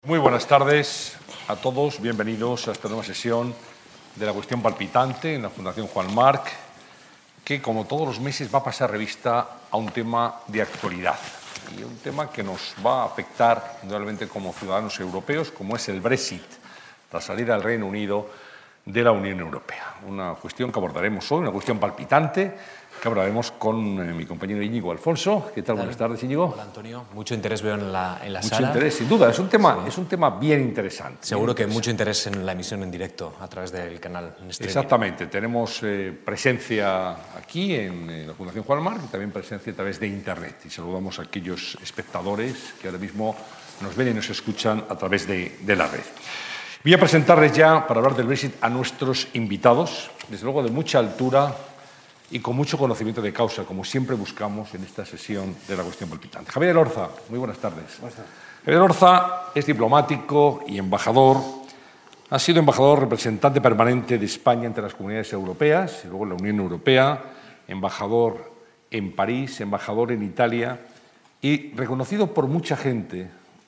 Muy buenas tardes a todos, bienvenidos a esta nueva sesión de La Cuestión Palpitante en la Fundación Juan March, que como todos los meses va a pasar revista a un tema de actualidad y un tema que nos va a afectar indudablemente como ciudadanos europeos, como es el Brexit, la salida del Reino Unido de la Unión Europea. Una cuestión que abordaremos hoy, una cuestión palpitante, que hablaremos con mi compañero Íñigo Alfonso. ¿Qué tal? Buenas tardes, Íñigo. Hola, Antonio. Mucho interés veo en la sala. Mucho interés, sin duda. Es un tema bien interesante. Seguro que mucho interés en la emisión en directo a través del canal en streaming. Exactamente. Tenemos presencia aquí en la Fundación Juan March y también presencia a través de Internet. Y saludamos a aquellos espectadores que ahora mismo nos ven y nos escuchan a través de la red. Voy a presentarles ya, para hablar del Brexit, a nuestros invitados, desde luego de mucha altura y con mucho conocimiento de causa, como siempre buscamos en esta sesión de La Cuestión Palpitante. Javier Elorza, muy buenas tardes. Buenas tardes. Javier Elorza es diplomático y embajador. Ha sido embajador representante permanente de España entre las comunidades europeas y luego en la Unión Europea, embajador en París, embajador en Italia y reconocido por mucha gente,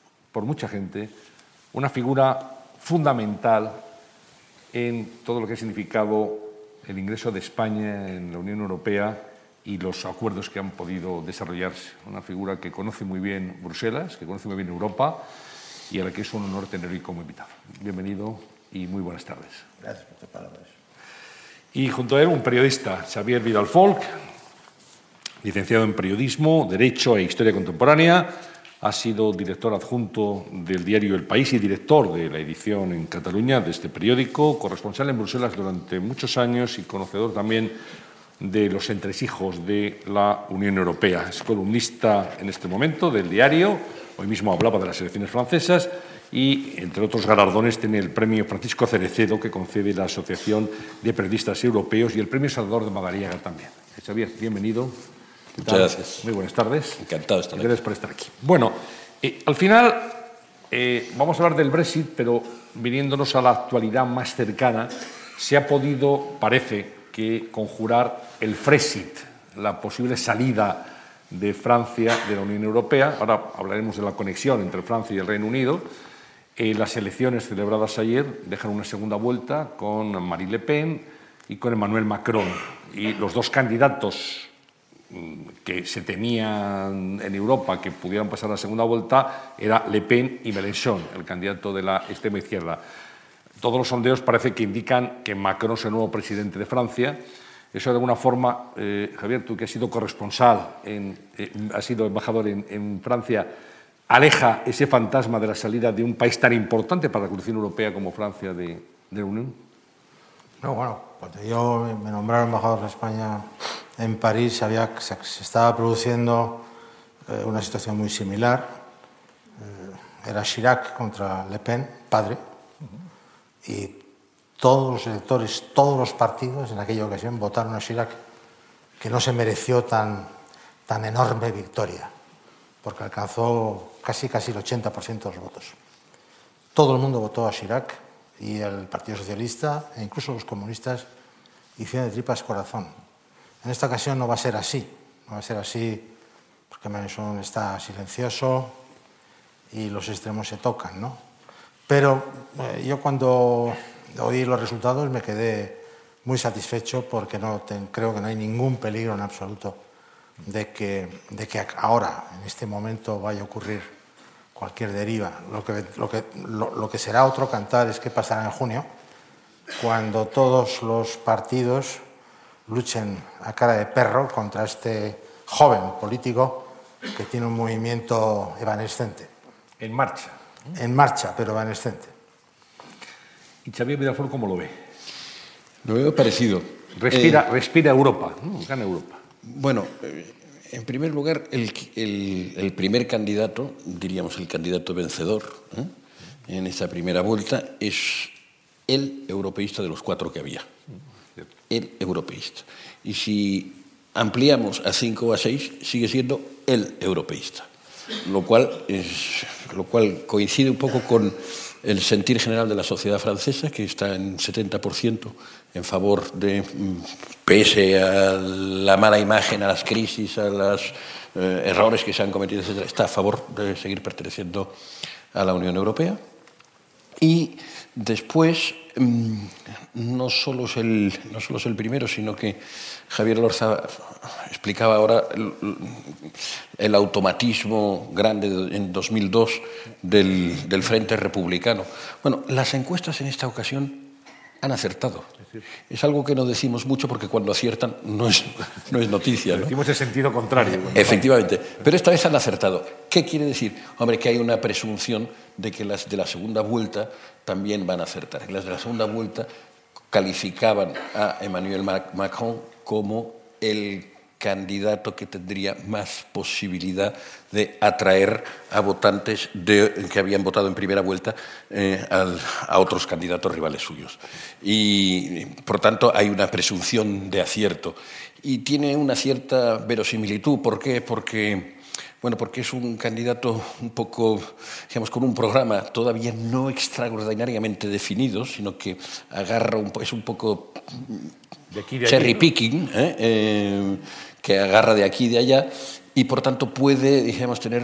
una figura fundamental en todo lo que ha significado el ingreso de España en la Unión Europea y los acuerdos que han podido desarrollarse. Una figura que conoce muy bien Bruselas, que conoce muy bien Europa y a la que es un honor tener hoy como invitado. Bienvenido y muy buenas tardes. Gracias por tus palabras. Y junto a él un periodista, Xavier Vidal-Folch, licenciado en Periodismo, Derecho e Historia Contemporánea. Ha sido director adjunto del diario El País y director de la edición en Cataluña de este periódico, corresponsal en Bruselas durante muchos años y conocedor también de los entresijos de la Unión Europea. Es columnista en este momento del diario, hoy mismo hablaba de las elecciones francesas y, entre otros galardones, tiene el premio Francisco Cerecedo que concede la Asociación de Periodistas Europeos y el premio Salvador de Madariaga también. Xavier, bienvenido. Muchas gracias. Muy buenas tardes. Encantado de estar aquí. Gracias por estar aquí. Bueno, al final vamos a hablar del Brexit, pero viniéndonos a la actualidad más cercana, se ha podido, parece que, conjurar el Frexit, la posible salida de Francia de la Unión Europea. Ahora hablaremos de la conexión entre Francia y el Reino Unido. Las elecciones celebradas ayer dejan una segunda vuelta con Marine Le Pen y con Emmanuel Macron. Y los dos candidatos que se temían en Europa que pudieran pasar a la segunda vuelta era Le Pen y Mélenchon, el candidato de la extrema izquierda. Todos los sondeos parece que indican que Macron es el nuevo presidente de Francia. Eso de alguna forma, Javier, tú que has sido corresponsal, has sido embajador en Francia, aleja ese fantasma de la salida de un país tan importante para la Unión Europea como Francia de la Unión. No, bueno, cuando yo me nombraron embajador de España en París, sabía que se estaba produciendo una situación muy similar. Era Chirac contra Le Pen, padre, y todos los electores, todos los partidos en aquella ocasión votaron a Chirac, que no se mereció tan enorme victoria, porque alcanzó casi el 80% de los votos. Todo el mundo votó a Chirac y el Partido Socialista e incluso los comunistas hicieron de tripas corazón. En esta ocasión no va a ser así, porque Mélenchon está silencioso y los extremos se tocan, ¿no? Pero yo cuando oí los resultados me quedé muy satisfecho porque creo que no hay ningún peligro en absoluto de que ahora, en este momento, vaya a ocurrir cualquier deriva. Lo que será otro cantar es qué pasará en junio, cuando todos los partidos luchen a cara de perro contra este joven político que tiene un movimiento evanescente. En marcha. En marcha, pero evanescente. ¿Y Xavier Vidal-Folch cómo lo ve? Lo veo parecido. Respira Europa, ¿no? Gana Europa. Bueno, en primer lugar, el primer candidato, diríamos el candidato vencedor, en esta primera vuelta, es el europeísta de los cuatro que había. El europeísta. Y si ampliamos a 5 o a 6, sigue siendo el europeísta. Lo cual coincide un poco con el sentir general de la sociedad francesa, que está en 70% en favor de, pese a la mala imagen, a las crisis, a los errores que se han cometido, etc., está a favor de seguir perteneciendo a la Unión Europea. Y después, no solo es el primero, sino que Javier Lorza explicaba ahora el automatismo grande en 2002 del Frente Republicano. Bueno, las encuestas en esta ocasión han acertado. Es algo que no decimos mucho porque cuando aciertan no es noticia, ¿no? Decimos el sentido contrario. Efectivamente, pero esta vez han acertado. ¿Qué quiere decir? Hombre, que hay una presunción de que las de la segunda vuelta también van a acertar. Las de la segunda vuelta calificaban a Emmanuel Macron como el candidato que tendría más posibilidad de atraer a votantes que habían votado en primera vuelta a otros candidatos rivales suyos. Y, por tanto, hay una presunción de acierto. Y tiene una cierta verosimilitud. ¿Por qué? Porque es un candidato un poco, digamos, con un programa todavía no extraordinariamente definido, sino que es un poco de aquí, de cherry allí, ¿no? picking, que agarra de aquí y de allá, y por tanto puede, digamos, tener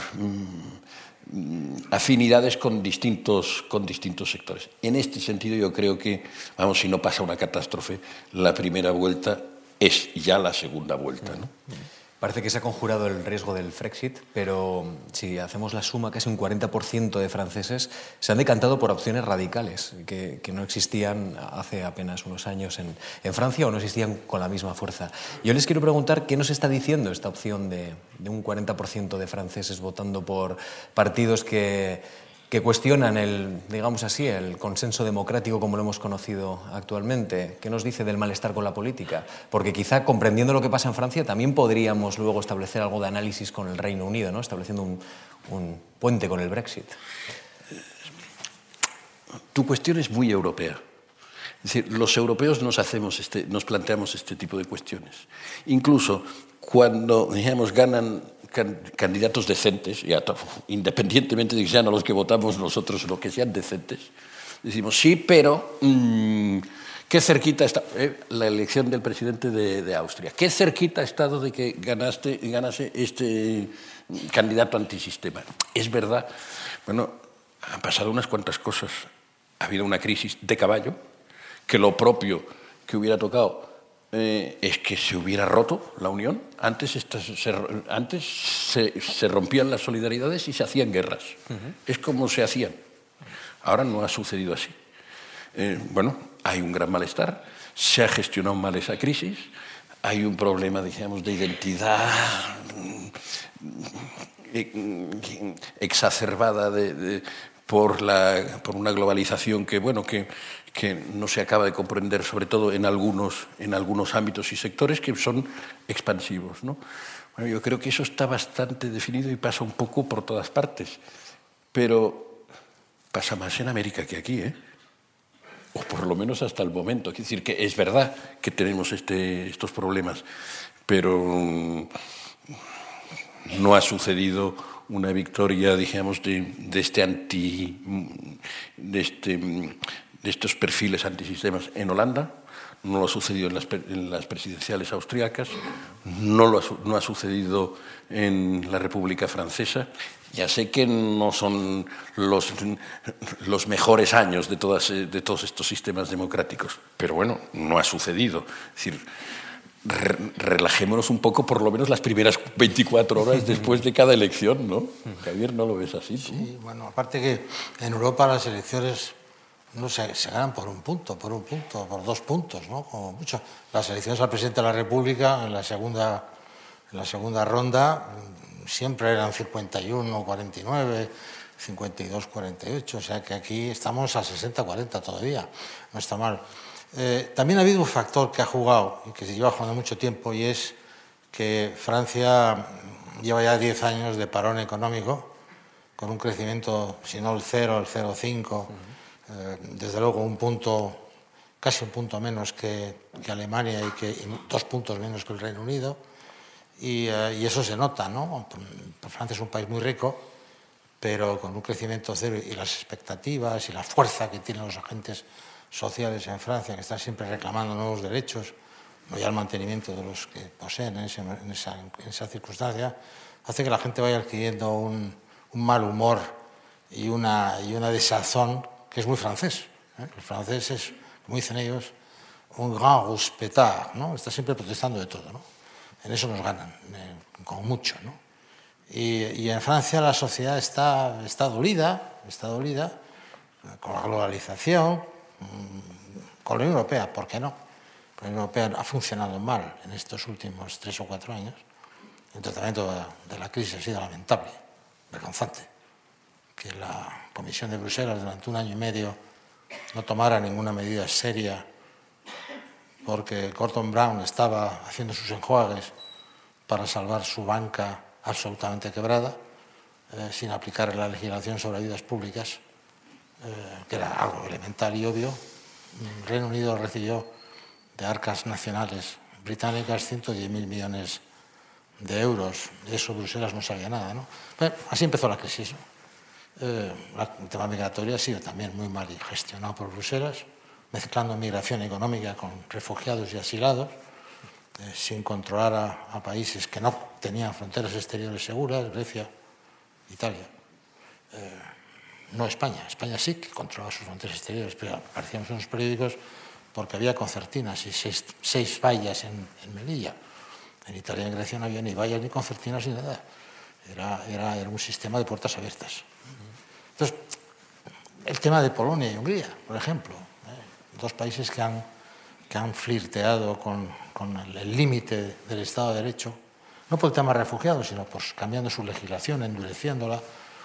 afinidades con distintos sectores. En este sentido yo creo que, vamos, si no pasa una catástrofe, la primera vuelta es ya la segunda vuelta, ¿no? Parece que se ha conjurado el riesgo del Frexit, pero si hacemos la suma, casi un 40% de franceses se han decantado por opciones radicales que no existían hace apenas unos años en Francia o no existían con la misma fuerza. Yo les quiero preguntar qué nos está diciendo esta opción de un 40% de franceses votando por partidos que cuestionan digamos así, el consenso democrático como lo hemos conocido actualmente. ¿Qué nos dice del malestar con la política? Porque quizá comprendiendo lo que pasa en Francia también podríamos luego establecer algo de análisis con el Reino Unido, ¿no? Estableciendo un puente con el Brexit. Tu cuestión es muy europea. Es decir, los europeos nos planteamos este tipo de cuestiones. Incluso cuando, digamos, ganan candidatos decentes, independientemente de que sean a los que votamos nosotros o que sean decentes, decimos sí, pero qué cerquita está la elección del presidente de Austria, qué cerquita ha estado de que ganase este candidato antisistema. Es verdad, bueno, han pasado unas cuantas cosas. Ha habido una crisis de caballo, que lo propio que hubiera tocado es que se hubiera roto la Unión. Antes se rompían las solidaridades y se hacían guerras. Es como se hacían. Ahora no ha sucedido así. Hay un gran malestar, se ha gestionado mal esa crisis, hay un problema, digamos, de identidad exacerbada por una globalización que no se acaba de comprender, sobre todo en algunos ámbitos y sectores que son expansivos, ¿no? Bueno, yo creo que eso está bastante definido y pasa un poco por todas partes, pero pasa más en América que aquí, o por lo menos hasta el momento. Es decir, que es verdad que tenemos estos problemas, pero no ha sucedido una victoria, digamos, de estos perfiles antisistemas en Holanda, no lo ha sucedido en las presidenciales austriacas, no ha sucedido en la República Francesa. Ya sé que no son los mejores años de todos estos sistemas democráticos, pero bueno, no ha sucedido. Es decir, relajémonos un poco por lo menos las primeras 24 horas después de cada elección, ¿no? Javier, ¿no lo ves así tú? Sí, bueno, aparte que en Europa las elecciones no se ganan por un punto, por 2 puntos, ¿no? Como mucho. Las elecciones al presidente de la República en la segunda ronda siempre eran 51-49, 52-48, o sea que aquí estamos a 60-40 todavía, no está mal. También ha habido un factor que ha jugado y que se lleva jugando mucho tiempo, y es que Francia lleva ya 10 años de parón económico, con un crecimiento, si no el 0, el 0,5, desde luego casi un punto menos que Alemania y 2 puntos menos que el Reino Unido, y eso se nota, ¿no? Francia es un país muy rico, pero con un crecimiento cero, y las expectativas y la fuerza que tienen los agentes sociales en Francia, que están siempre reclamando nuevos derechos, no ya el mantenimiento de los que poseen en esa circunstancia, hace que la gente vaya adquiriendo un mal humor y una desazón que es muy francés. El francés es, como dicen ellos, un grand rouspétard, ¿no? Está siempre protestando de todo, ¿no? En eso nos ganan, con mucho, ¿no? Y en Francia la sociedad está dolida con la globalización, con la Unión Europea, ¿por qué no? La Unión Europea ha funcionado mal en estos últimos 3 o 4 años. El tratamiento de la crisis ha sido lamentable, vergonzante. Que la Comisión de Bruselas durante 1 año y medio no tomara ninguna medida seria porque Gordon Brown estaba haciendo sus enjuagues para salvar su banca absolutamente quebrada, sin aplicar la legislación sobre ayudas públicas, que era algo elemental y obvio. El Reino Unido recibió de arcas nacionales británicas 110.000 millones de euros. De eso Bruselas no sabía nada, ¿no? Bueno, así empezó la crisis, ¿no? El tema migratorio ha sido también muy mal gestionado por Bruselas, mezclando migración económica con refugiados y asilados, sin controlar a países que no tenían fronteras exteriores seguras, Grecia, Italia. No España. España sí que controlaba sus fronteras exteriores, pero aparecíamos en los periódicos porque había concertinas y 6 vallas en Melilla. En Italia y en Grecia no había ni vallas, ni concertinas, ni nada. Era un sistema de puertas abiertas. Entonces, el tema de Polonia y Hungría, por ejemplo, 2 países que han flirteado con el límite del Estado de Derecho, no por el tema de refugiados, sino por cambiando su legislación, endureciéndola,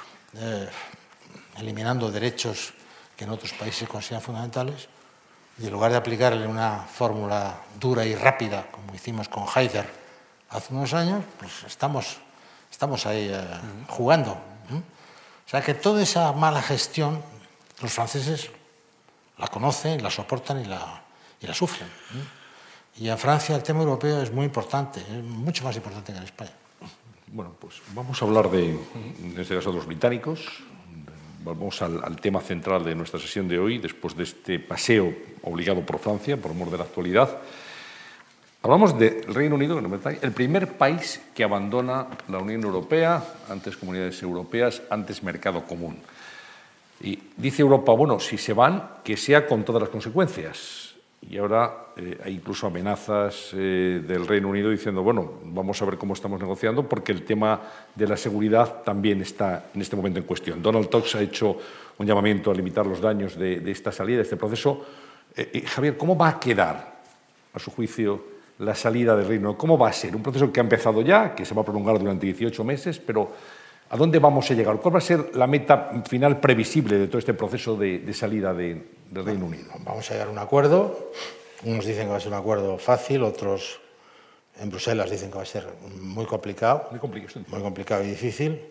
eliminando derechos que en otros países consideran fundamentales, y en lugar de aplicarle una fórmula dura y rápida, como hicimos con Haider hace unos años, pues estamos ahí jugando. O sea que toda esa mala gestión, los franceses la conocen, la soportan y la sufren. Y en Francia el tema europeo es muy importante, es mucho más importante que en España. Bueno, pues vamos a hablar en este caso de los británicos. Vamos al tema central de nuestra sesión de hoy, después de este paseo obligado por Francia, por mor de la actualidad. Hablamos del Reino Unido, el primer país que abandona la Unión Europea, antes comunidades europeas, antes mercado común. Y dice Europa, bueno, si se van, que sea con todas las consecuencias. Y ahora hay incluso amenazas del Reino Unido diciendo, bueno, vamos a ver cómo estamos negociando, porque el tema de la seguridad también está en este momento en cuestión. Donald Tusk ha hecho un llamamiento a limitar los daños de esta salida, de este proceso. Javier, ¿cómo va a quedar, a su juicio, la salida del Reino Unido? ¿Cómo va a ser? Un proceso que ha empezado ya, que se va a prolongar durante 18 meses, pero ¿a dónde vamos a llegar? ¿Cuál va a ser la meta final previsible de todo este proceso de salida del Reino Unido? Vamos a llegar a un acuerdo. Unos dicen que va a ser un acuerdo fácil, otros en Bruselas dicen que va a ser muy complicado. Muy complicado y difícil.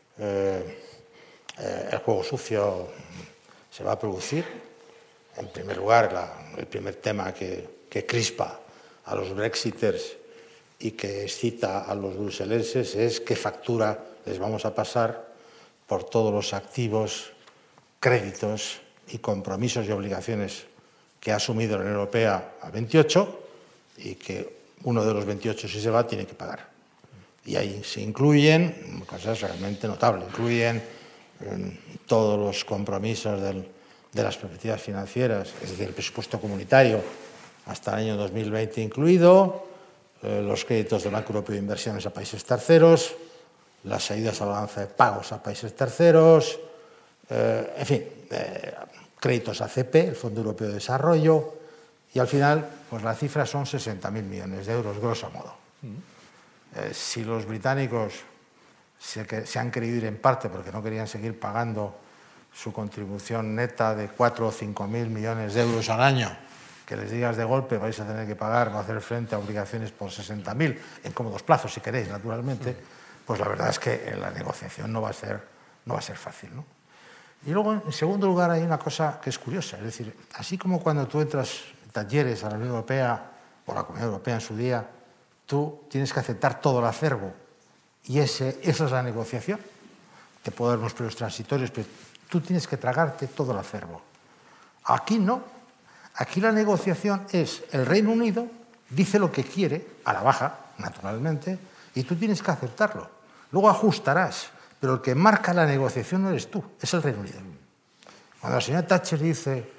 El juego sucio se va a producir. En primer lugar, el primer tema que crispa a los brexiters y que excita a los bruselenses es qué factura les vamos a pasar por todos los activos, créditos y compromisos y obligaciones que ha asumido la Unión Europea a 28 y que uno de los 28, si se va, tiene que pagar. Y ahí se incluyen cosas realmente notables, incluyen todos los compromisos de las perspectivas financieras, es decir, el presupuesto comunitario hasta el año 2020 incluido, los créditos del Banco Europeo de Inversiones a países terceros, las ayudas a la balanza de pagos a países terceros, en fin, créditos ACP, el Fondo Europeo de Desarrollo, y al final pues la cifra son 60.000 millones de euros, grosso modo. Si los británicos se han querido ir en parte porque no querían seguir pagando su contribución neta de 4 o 5.000 millones de euros al año, que les digas de golpe vais a tener que pagar, va a hacer frente a obligaciones por 60.000, en cómodos plazos si queréis, naturalmente, pues la verdad es que la negociación no va a ser fácil, ¿no? Y luego, en segundo lugar, hay una cosa que es curiosa, es decir, así como cuando tú entras en talleres a la Unión Europea o a la Comunidad Europea en su día, tú tienes que aceptar todo el acervo y esa es la negociación. Te puedo dar unos periodos transitorios, pero tú tienes que tragarte todo el acervo. Aquí no. Aquí la negociación es el Reino Unido dice lo que quiere, a la baja, naturalmente, y tú tienes que aceptarlo. Luego ajustarás, pero el que marca la negociación no eres tú, es el Reino Unido. Cuando la señora Thatcher dice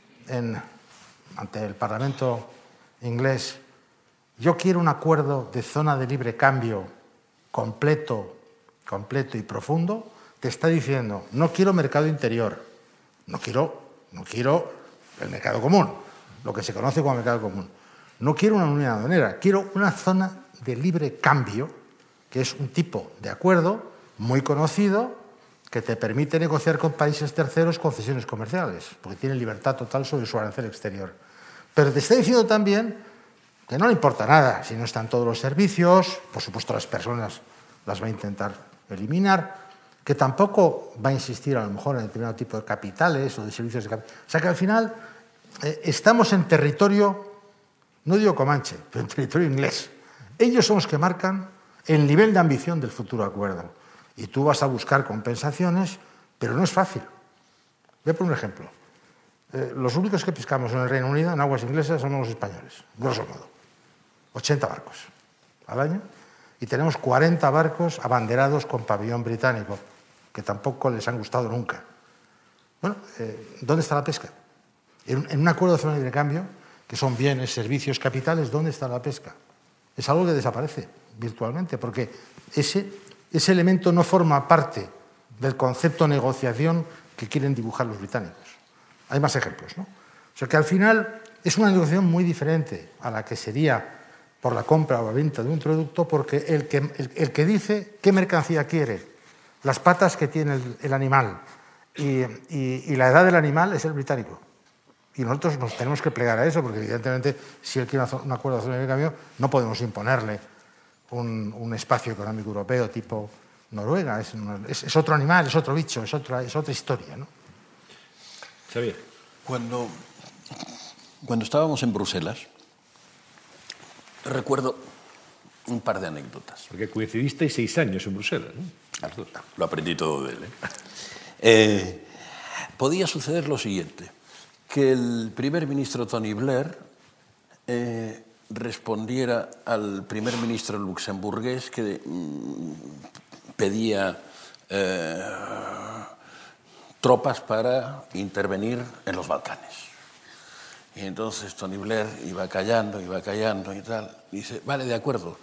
ante el Parlamento inglés, yo quiero un acuerdo de zona de libre cambio completo y profundo, te está diciendo, no quiero mercado interior, no quiero el mercado común, lo que se conoce como mercado común. No quiero una unión aduanera, quiero una zona de libre cambio, que es un tipo de acuerdo muy conocido que te permite negociar con países terceros concesiones comerciales, porque tiene libertad total sobre su arancel exterior. Pero te está diciendo también que no le importa nada si no están todos los servicios, por supuesto las personas las va a intentar eliminar, que tampoco va a insistir a lo mejor en determinado tipo de capitales o de servicios de capital. O sea que al final estamos en territorio, no digo comanche, pero en territorio inglés. Ellos son los que marcan el nivel de ambición del futuro acuerdo. Y tú vas a buscar compensaciones, pero no es fácil. Voy a poner un ejemplo. Los únicos que pescamos en el Reino Unido, en aguas inglesas, somos los españoles, grosso modo. 80 barcos al año. Y tenemos 40 barcos abanderados con pabellón británico, que tampoco les han gustado nunca. Bueno, ¿dónde está la pesca? En un acuerdo de zona de intercambio, que son bienes, servicios, capitales, ¿dónde está la pesca? Es algo que desaparece virtualmente, porque ese elemento no forma parte del concepto negociación que quieren dibujar los británicos. Hay más ejemplos, ¿no? O sea que al final es una negociación muy diferente a la que sería por la compra o la venta de un producto, porque el que dice qué mercancía quiere, las patas que tiene el animal y la edad del animal es el británico. Y nosotros nos tenemos que plegar a eso, porque evidentemente si él quiere un acuerdo de zona de cambio no podemos imponerle un espacio económico europeo tipo Noruega. Es otro animal, es otro bicho, es otra historia, ¿no? Xavier. Cuando estábamos en Bruselas, recuerdo un par de anécdotas. Porque coincidisteis 6 años en Bruselas, ¿no? Lo aprendí todo de él. Podía suceder lo siguiente, que el primer ministro Tony Blair respondiera al primer ministro luxemburgués que pedía tropas para intervenir en los Balcanes. Y entonces Tony Blair iba callando y tal. Dice, vale, de acuerdo.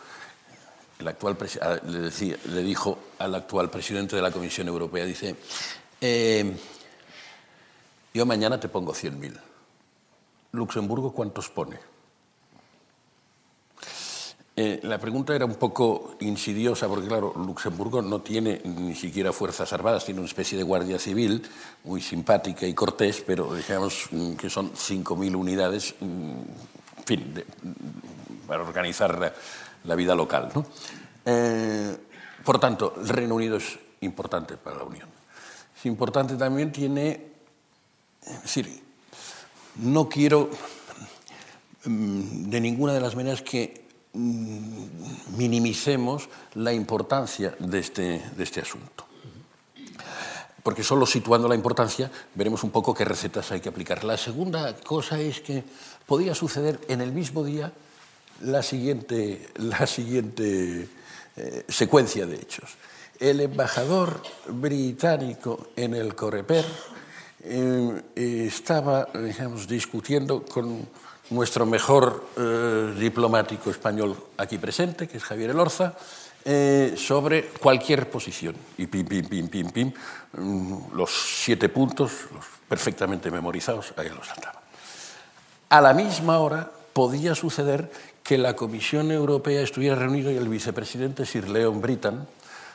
Le dijo al actual presidente de la Comisión Europea, dice, yo mañana te pongo 100.000. ¿Luxemburgo cuántos pone? La pregunta era un poco insidiosa porque, claro, Luxemburgo no tiene ni siquiera fuerzas armadas, tiene una especie de guardia civil muy simpática y cortés, pero digamos que son 5.000 unidades, en fin, para organizar la vida local, ¿no? Por tanto, el Reino Unido es importante para la Unión. Es importante también, es decir, no quiero de ninguna de las maneras que minimicemos la importancia de este asunto. Porque solo situando la importancia veremos un poco qué recetas hay que aplicar. La segunda cosa es que podía suceder en el mismo día la siguiente secuencia de hechos. El embajador británico en el Coreper estaba, digamos, discutiendo con nuestro mejor diplomático español aquí presente, que es Javier Elorza, sobre cualquier posición. Y pim, los 7 puntos, los perfectamente memorizados, ahí los saltaba. A la misma hora podía suceder que la Comisión Europea estuviera reunida y el vicepresidente Sir Leon Brittan,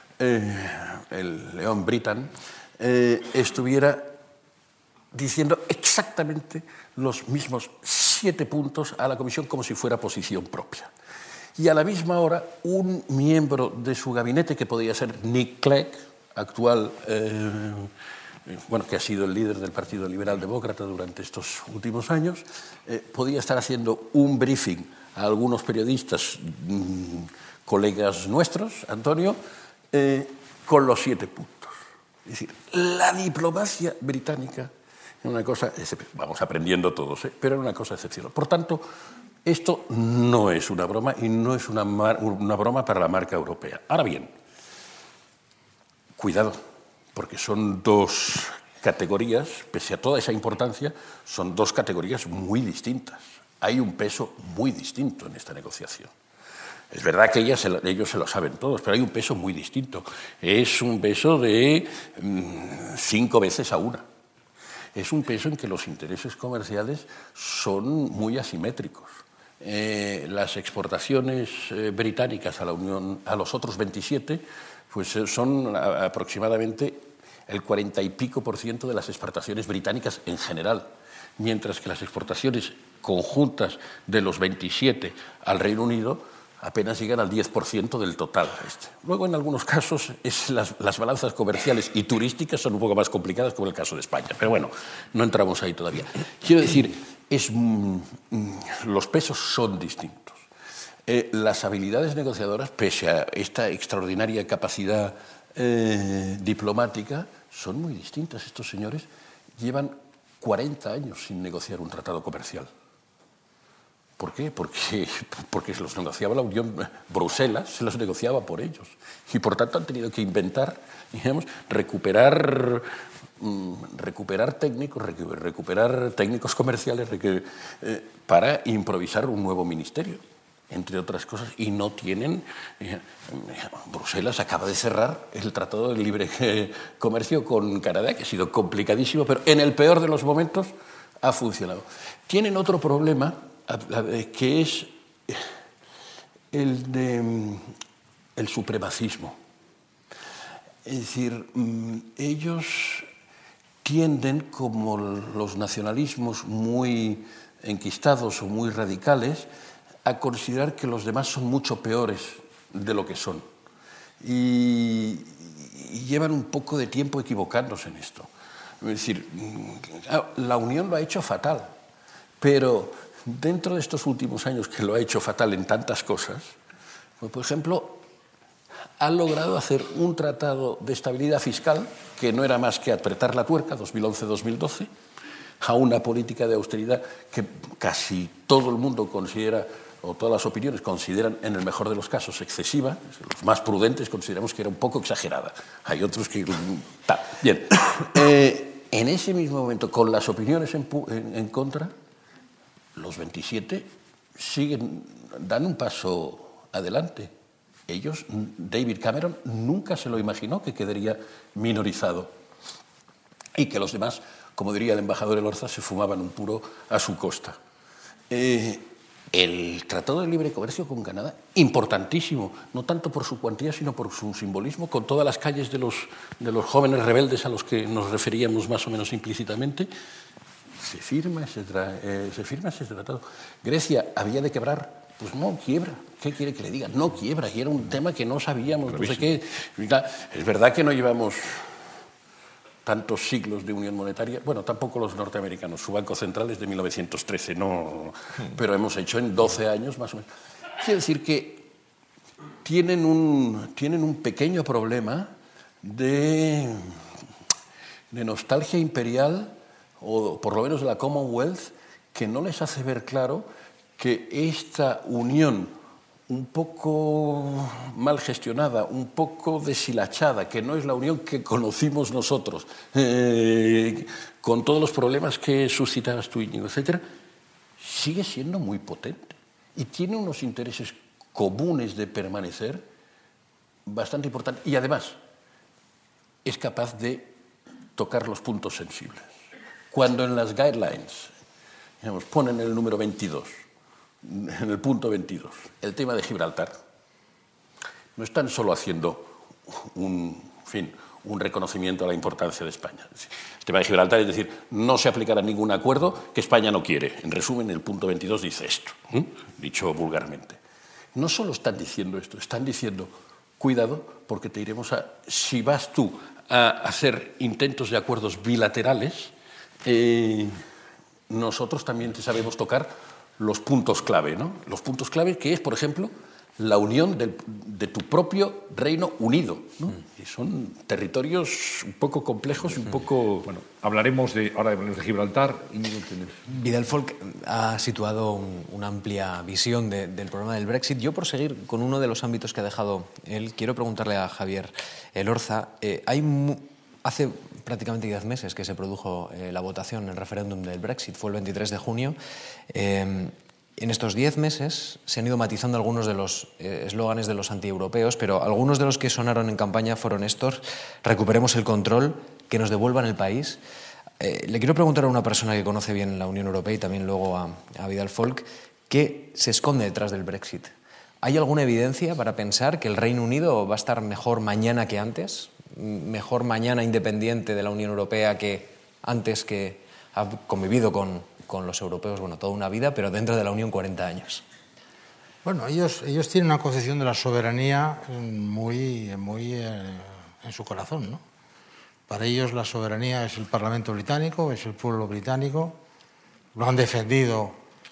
estuviera diciendo exactamente los mismos 7 puntos a la Comisión como si fuera posición propia. Y a la misma hora, un miembro de su gabinete, que podía ser Nick Clegg, actual, que ha sido el líder del Partido Liberal Demócrata durante estos últimos años, podía estar haciendo un briefing a algunos periodistas, colegas nuestros, Antonio, con los 7 puntos. Es decir, la diplomacia británica es una cosa, vamos aprendiendo todos, pero es una cosa excepcional. Por tanto, esto no es una broma y no es una broma para la marca europea. Ahora bien, Cuidado, porque son dos categorías, pese a toda esa importancia, son dos categorías muy distintas. Hay un peso muy distinto en esta negociación. Es verdad que ellos se lo saben todos, pero hay un peso muy distinto. Es un peso de 5 veces a 1. Es un peso en que los intereses comerciales son muy asimétricos. Las exportaciones británicas a la Unión, a los otros 27, pues son aproximadamente el 40 y pico % de las exportaciones británicas en general, mientras que las exportaciones conjuntas de los 27 al Reino Unido apenas llegan al 10% del total. Luego, en algunos casos, las balanzas comerciales y turísticas son un poco más complicadas, como el caso de España. Pero bueno, no entramos ahí todavía. Quiero decir, los pesos son distintos. Las habilidades negociadoras, pese a esta extraordinaria capacidad diplomática, son muy distintas. Estos señores llevan 40 años sin negociar un tratado comercial. ¿Por qué? Porque se los negociaba la Unión, Bruselas se los negociaba por ellos. Y por tanto han tenido que inventar, digamos, recuperar técnicos comerciales para improvisar un nuevo ministerio, entre otras cosas. Y no tienen... Bruselas acaba de cerrar el Tratado de Libre Comercio con Canadá, que ha sido complicadísimo, pero en el peor de los momentos ha funcionado. Tienen otro problema, que es el supremacismo. Es decir, ellos tienden, como los nacionalismos muy enquistados o muy radicales, a considerar que los demás son mucho peores de lo que son. Y llevan un poco de tiempo equivocándose en esto. Es decir, la Unión lo ha hecho fatal, pero dentro de estos últimos años que lo ha hecho fatal en tantas cosas, pues, por ejemplo, ha logrado hacer un tratado de estabilidad fiscal que no era más que apretar la tuerca, 2011-2012, a una política de austeridad que casi todo el mundo considera, o todas las opiniones consideran, en el mejor de los casos, excesiva. Los más prudentes consideramos que era un poco exagerada. Hay otros que... Bien. En ese mismo momento, con las opiniones en contra, los 27 dan un paso adelante. Ellos, David Cameron, nunca se lo imaginó que quedaría minorizado y que los demás, como diría el embajador Elorza, se fumaban un puro a su costa. El Tratado de Libre Comercio con Canadá, importantísimo, no tanto por su cuantía, sino por su simbolismo, con todas las calles de los jóvenes rebeldes a los que nos referíamos más o menos implícitamente. Se firma ese tratado. Grecia había de quebrar, pues no quiebra. ¿Qué quiere que le diga? No quiebra, y era un tema que no sabíamos, no sé qué. Es verdad que no llevamos tantos siglos de unión monetaria, bueno, tampoco los norteamericanos, su Banco Central es de 1913, no, pero hemos hecho en 12 años más o menos. Quiere decir que tienen un pequeño problema de nostalgia imperial, o por lo menos de la Commonwealth, que no les hace ver claro que esta unión un poco mal gestionada, un poco deshilachada, que no es la unión que conocimos nosotros, con todos los problemas que suscitabas tú, Íñigo, etc., sigue siendo muy potente y tiene unos intereses comunes de permanecer bastante importantes. Y además es capaz de tocar los puntos sensibles. Cuando en las guidelines, digamos, ponen el número 22, en el punto 22, el tema de Gibraltar, no están solo haciendo un reconocimiento a la importancia de España. El tema de Gibraltar es decir, no se aplicará ningún acuerdo que España no quiere. En resumen, el punto 22 dice esto, dicho vulgarmente. No solo están diciendo esto, están diciendo, cuidado, porque te iremos a... Si vas tú a hacer intentos de acuerdos bilaterales, nosotros también te sabemos tocar los puntos clave, ¿no? Los puntos clave, que es, por ejemplo, la unión de tu propio Reino Unido, ¿no? Y son territorios un poco complejos y un poco... Bueno, ahora hablaremos de Gibraltar. Vidal Folk ha situado una amplia visión del problema del Brexit. Yo, por seguir con uno de los ámbitos que ha dejado él, quiero preguntarle a Javier Elorza. Hace prácticamente 10 meses que se produjo la votación, el referéndum del Brexit, fue el 23 de junio. En estos 10 meses se han ido matizando algunos de los eslóganes de los antieuropeos, pero algunos de los que sonaron en campaña fueron estos: recuperemos el control, que nos devuelvan el país. Le quiero preguntar a una persona que conoce bien la Unión Europea y también luego a Vidal Folk, ¿qué se esconde detrás del Brexit? ¿Hay alguna evidencia para pensar que el Reino Unido va a estar mejor mañana que antes? ¿Mejor mañana independiente de la Unión Europea que antes, que ha convivido con los europeos, bueno, toda una vida, pero dentro de la Unión 40 años? Bueno, ellos tienen una concepción de la soberanía muy en su corazón, ¿no? Para ellos la soberanía es el Parlamento británico, es el pueblo británico. Lo han defendido.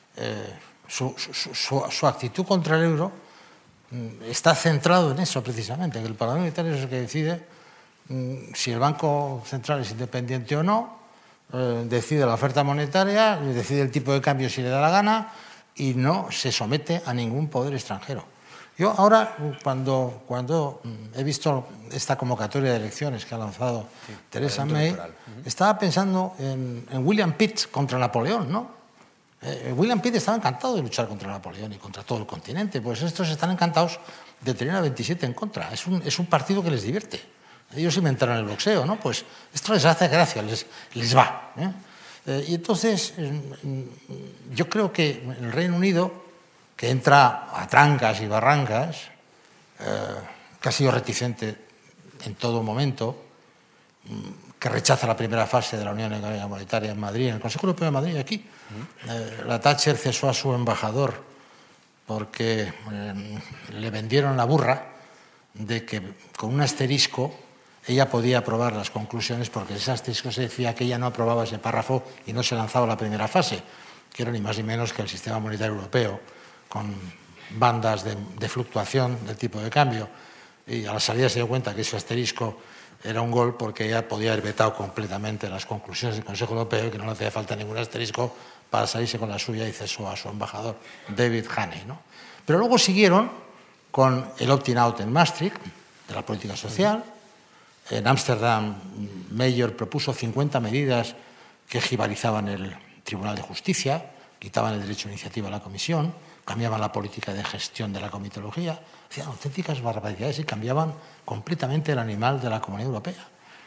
Su actitud contra el euro está centrado en eso precisamente, que el Parlamento británico es el que decide si el Banco Central es independiente o no, decide la oferta monetaria, decide el tipo de cambio si le da la gana y no se somete a ningún poder extranjero. Yo ahora, cuando he visto esta convocatoria de elecciones que ha lanzado Theresa May, estaba pensando en William Pitt contra Napoleón, ¿no? William Pitt estaba encantado de luchar contra Napoleón y contra todo el continente, pues estos están encantados de tener a 27 en contra. Es un partido que les divierte. Ellos inventaron el boxeo, ¿no? Pues esto les hace gracia, les va, ¿eh? Y entonces yo creo que el Reino Unido, que entra a trancas y barrancas, que ha sido reticente en todo momento, que rechaza la primera fase de la Unión Económica Monetaria en Madrid, en el Consejo Europeo de Madrid y aquí. La Thatcher cesó a su embajador porque le vendieron la burra de que con un asterisco ella podía aprobar las conclusiones, porque ese asterisco se decía que ella no aprobaba ese párrafo y no se lanzaba la primera fase, que era ni más ni menos que el sistema monetario europeo, con bandas de fluctuación del tipo de cambio. Y a la salida se dio cuenta que ese asterisco era un gol, porque ella podía haber vetado completamente las conclusiones del Consejo Europeo y que no le hacía falta ningún asterisco para salirse con la suya, y cesó a su embajador, David Haney, ¿no? Pero luego siguieron con el opt-in out en Maastricht, de la política social. En Ámsterdam, Mayer propuso 50 medidas que jibarizaban el Tribunal de Justicia, quitaban el derecho de iniciativa a la Comisión, cambiaban la política de gestión de la comitología, hacían auténticas barbaridades y cambiaban completamente el animal de la Comunidad Europea.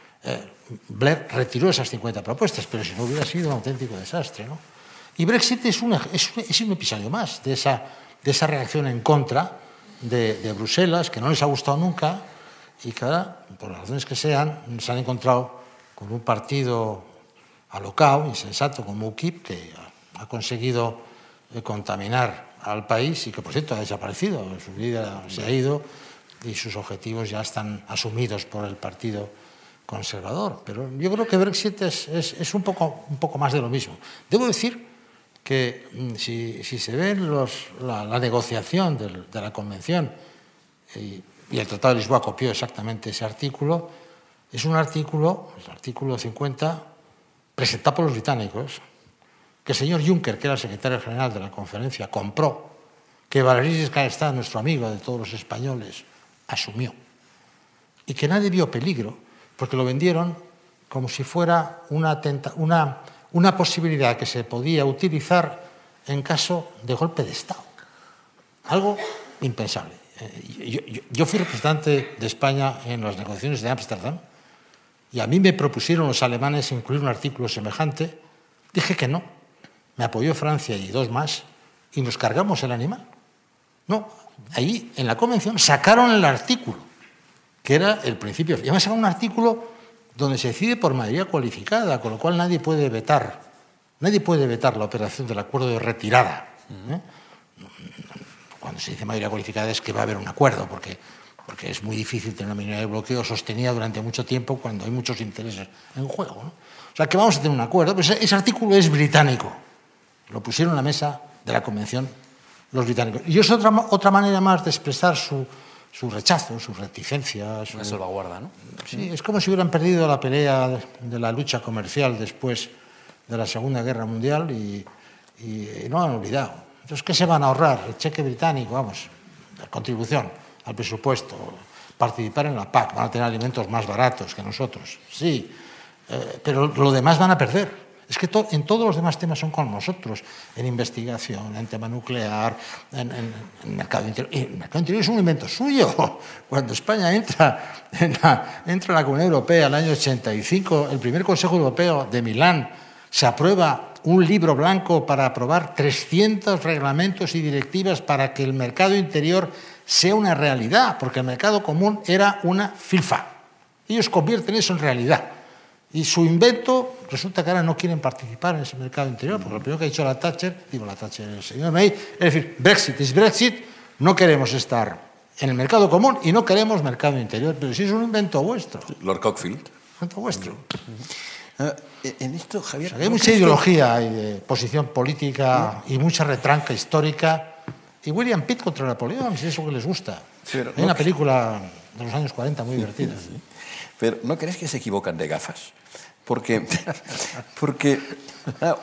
Blair retiró esas 50 propuestas, pero si no hubiera sido un auténtico desastre, ¿no? Y Brexit es un episodio más de esa reacción en contra de Bruselas, que no les ha gustado nunca, y que ahora, por las razones que sean, se han encontrado con un partido alocado, insensato, como UKIP, que ha conseguido contaminar al país y que, por cierto, ha desaparecido. Su vida se ha ido y sus objetivos ya están asumidos por el Partido Conservador. Pero yo creo que Brexit es un poco más de lo mismo. Debo decir que si se ve la negociación de la Convención, y el Tratado de Lisboa copió exactamente ese artículo, es un artículo, el artículo 50, presentado por los británicos, que el señor Juncker, que era el secretario general de la conferencia, compró, que Valéry Giscard d'Estaing, nuestro amigo de todos los españoles, asumió, y que nadie vio peligro, porque lo vendieron como si fuera una posibilidad que se podía utilizar en caso de golpe de Estado. Algo impensable. Yo fui representante de España en las negociaciones de Ámsterdam y a mí me propusieron los alemanes incluir un artículo semejante. Dije que no. Me apoyó Francia y dos más y nos cargamos el animal. No, ahí en la convención sacaron el artículo, que era el principio. Y además era un artículo donde se decide por mayoría cualificada, con lo cual nadie puede vetar la operación del acuerdo de retirada. Cuando se dice mayoría cualificada es que va a haber un acuerdo, porque es muy difícil tener una minoría de bloqueo sostenida durante mucho tiempo cuando hay muchos intereses en juego, ¿no? O sea, que vamos a tener un acuerdo, pero ese artículo es británico. Lo pusieron en la mesa de la Convención los británicos. Y es otra manera más de expresar su rechazo, su reticencia. Una salvaguarda, ¿no? Sí, es como si hubieran perdido la pelea de la lucha comercial después de la Segunda Guerra Mundial y no lo han olvidado. Entonces, ¿qué se van a ahorrar? El cheque británico, vamos, la contribución al presupuesto, participar en la PAC, van a tener alimentos más baratos que nosotros, sí, pero lo demás van a perder. Es que en todos los demás temas son con nosotros, en investigación, en tema nuclear, en mercado interior. Y el mercado interior es un invento suyo. Cuando España entra en la Comunidad Europea en el año 85, el primer Consejo Europeo de Milán se aprueba un libro blanco para aprobar 300 reglamentos y directivas para que el mercado interior sea una realidad, porque el mercado común era una filfa. Ellos convierten eso en realidad. Y su invento, resulta que ahora no quieren participar en ese mercado interior, porque lo primero que ha dicho el señor May, es decir, Brexit es Brexit, no queremos estar en el mercado común y no queremos mercado interior, pero si es un invento vuestro. Lord Cockfield. Invento vuestro. En esto, Javier... O sea, hay mucha ideología y de posición política y mucha retranca histórica. Y William Pitt contra Napoleón, si es eso que les gusta. Pero hay una película de los años 40 muy divertida. Pero ¿no crees que se equivocan de gafas? Porque claro,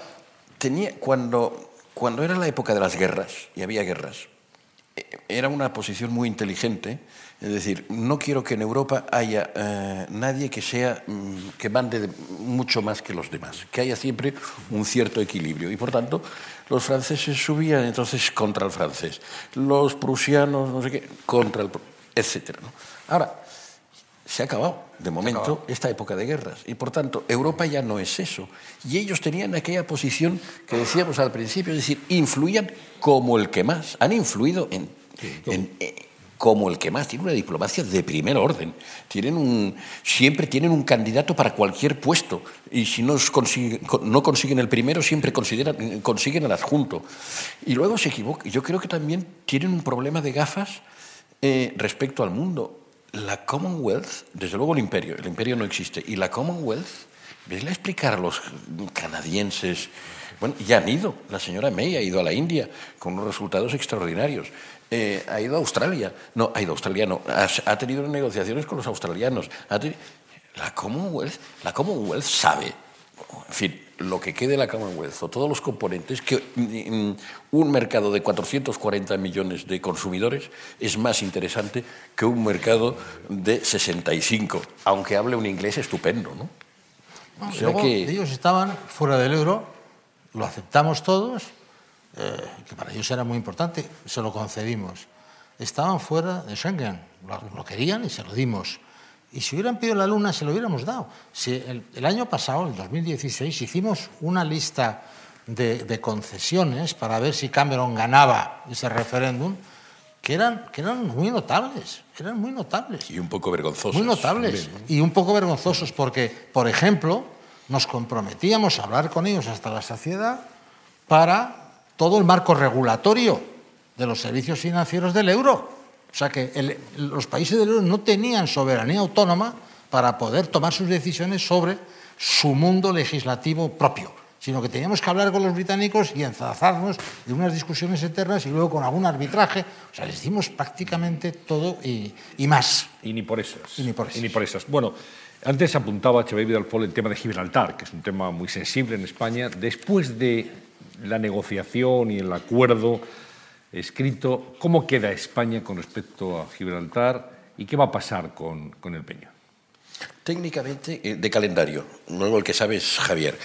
cuando era la época de las guerras, y había guerras, era una posición muy inteligente, es decir, no quiero que en Europa haya nadie que mande mucho más que los demás, que haya siempre un cierto equilibrio. Y por tanto, los franceses subían entonces contra el francés, los prusianos, no sé qué, contra el... etcétera, ¿no? Ahora, se ha acabado, de momento, esta época de guerras. Y, por tanto, Europa ya no es eso. Y ellos tenían aquella posición que decíamos al principio, es decir, influían como el que más. Han influido como el que más. Tienen una diplomacia de primer orden. Siempre tienen un candidato para cualquier puesto. Y si no consiguen el primero, siempre consiguen el adjunto. Y luego se equivocan. Yo creo que también tienen un problema de gafas respecto al mundo. La Commonwealth, desde luego el imperio no existe, y la Commonwealth, venle a explicar a los canadienses, bueno, ya han ido, la señora May ha ido a la India con unos resultados extraordinarios, ha ido a Australia, ha tenido negociaciones con los australianos, la Commonwealth sabe, en fin, lo que quede de la Commonwealth o todos los componentes, que un mercado de 440 millones de consumidores es más interesante que un mercado de 65, aunque hable un inglés estupendo, ¿no? O sea que ellos estaban fuera del euro, lo aceptamos todos, que para ellos era muy importante, se lo concedimos. Estaban fuera de Schengen, lo querían y se lo dimos. Y si hubieran pedido la luna, se lo hubiéramos dado. Si el año pasado, en 2016, hicimos una lista de concesiones para ver si Cameron ganaba ese referéndum, que eran muy notables. Eran muy notables. Y un poco vergonzosos. Muy notables. Y un poco vergonzosos porque, por ejemplo, nos comprometíamos a hablar con ellos hasta la saciedad para todo el marco regulatorio de los servicios financieros del euro. O sea que los países del euro no tenían soberanía autónoma para poder tomar sus decisiones sobre su mundo legislativo propio, sino que teníamos que hablar con los británicos y enzarzarnos de unas discusiones eternas y luego con algún arbitraje. O sea, les dimos prácticamente todo y más. Y ni por esas. Bueno, antes apuntaba Xavier Vidal-Pol el tema de Gibraltar, que es un tema muy sensible en España. Después de la negociación y el acuerdo escrito, ¿cómo queda España con respecto a Gibraltar y qué va a pasar con el Peña? Técnicamente, de calendario, luego el que sabe es Javier.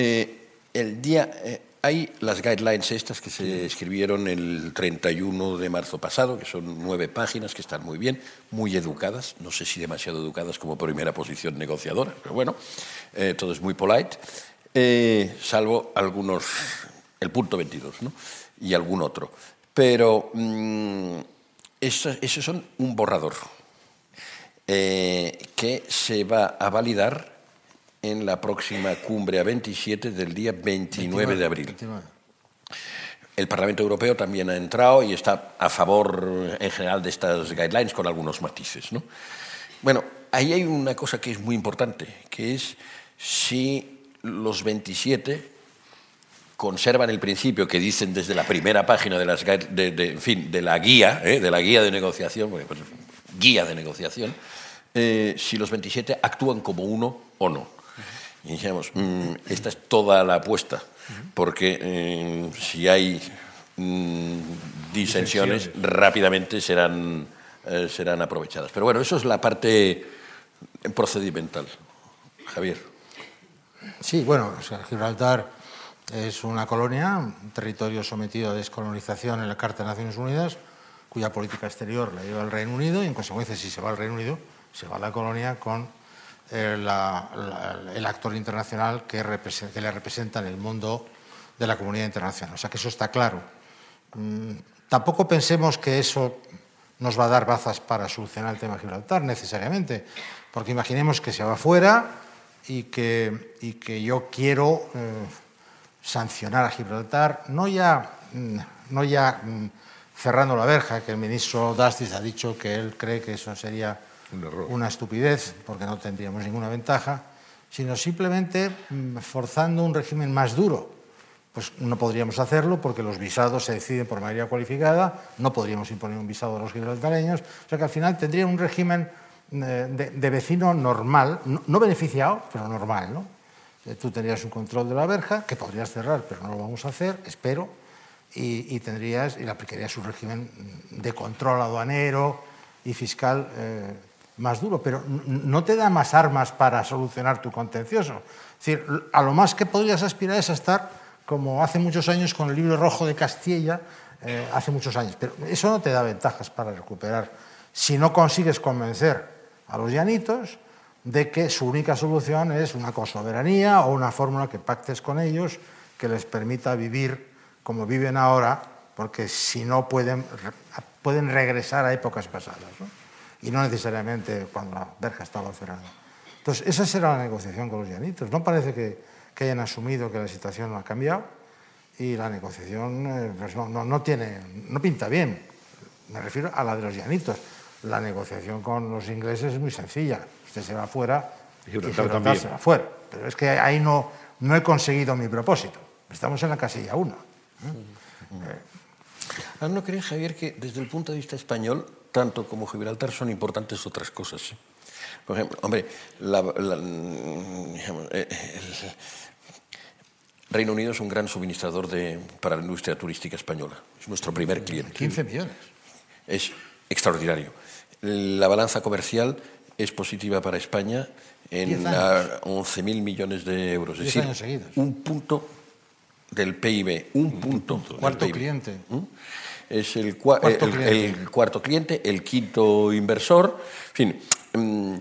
Hay las guidelines estas que se escribieron el 31 de marzo pasado, que son 9 páginas, que están muy bien, muy educadas, no sé si demasiado educadas como primera posición negociadora, pero bueno, todo es muy polite, salvo algunos, el punto 22, ¿no? Y algún otro. Pero esos son un borrador que se va a validar en la próxima cumbre A27 del día 29 de abril. 29. El Parlamento Europeo también ha entrado y está a favor en general de estas guidelines con algunos matices, ¿no? Bueno, ahí hay una cosa que es muy importante, que es si los 27 conservan el principio que dicen desde la primera página de la guía, de la guía de negociación, pues, guía de negociación, si los 27 actúan como uno o no. Y dijimos, esta es toda la apuesta, porque si hay disensiones, rápidamente serán aprovechadas. Pero bueno, eso es la parte procedimental. Javier. Sí, bueno, o sea, Gibraltar es una colonia, un territorio sometido a descolonización en la Carta de Naciones Unidas, cuya política exterior la lleva el Reino Unido, y en consecuencia, si se va al Reino Unido, se va a la colonia con el actor internacional que le representa en el mundo de la comunidad internacional. O sea que eso está claro. Tampoco pensemos que eso nos va a dar bazas para solucionar el tema de Gibraltar, necesariamente, porque imaginemos que se va fuera y que yo quiero sancionar a Gibraltar, no ya cerrando la verja, que el ministro Dastis ha dicho que él cree que eso sería una estupidez, porque no tendríamos ninguna ventaja, sino simplemente forzando un régimen más duro. Pues no podríamos hacerlo porque los visados se deciden por mayoría cualificada, no podríamos imponer un visado a los gibraltareños, o sea que al final tendría un régimen de vecino normal, no beneficiado, pero normal, ¿no? Tú tendrías un control de la verja, que podrías cerrar, pero no lo vamos a hacer, espero, y le aplicarías un régimen de control aduanero y fiscal más duro, pero no te da más armas para solucionar tu contencioso. Es decir, a lo más que podrías aspirar es a estar, como hace muchos años con el Libro Rojo de Castilla, hace muchos años, pero eso no te da ventajas para recuperar si no consigues convencer a los llanitos de que su única solución es una cosoberanía o una fórmula que pactes con ellos que les permita vivir como viven ahora, porque si no pueden regresar a épocas pasadas, ¿no? Y no necesariamente cuando la verja estaba cerrada. Entonces, esa será la negociación con los llanitos. No parece que hayan asumido que la situación no ha cambiado y la negociación pues no pinta bien. Me refiero a la de los llanitos. La negociación con los ingleses es muy sencilla. Usted se va fuera y Gibraltar se va fuera. Pero es que ahí no he conseguido mi propósito. Estamos en la casilla 1. ¿No crees, Javier, que desde el punto de vista español, tanto como Gibraltar son importantes otras cosas? Por ejemplo, hombre, el Reino Unido es un gran suministrador para la industria turística española. Es nuestro primer cliente. 15 millones. Es extraordinario. La balanza comercial es positiva para España en 11.000 millones de euros. 10 años seguidos. Un punto del PIB. Un punto. Cuarto del PIB. cliente. Es el cuarto cliente, el quinto inversor. En fin,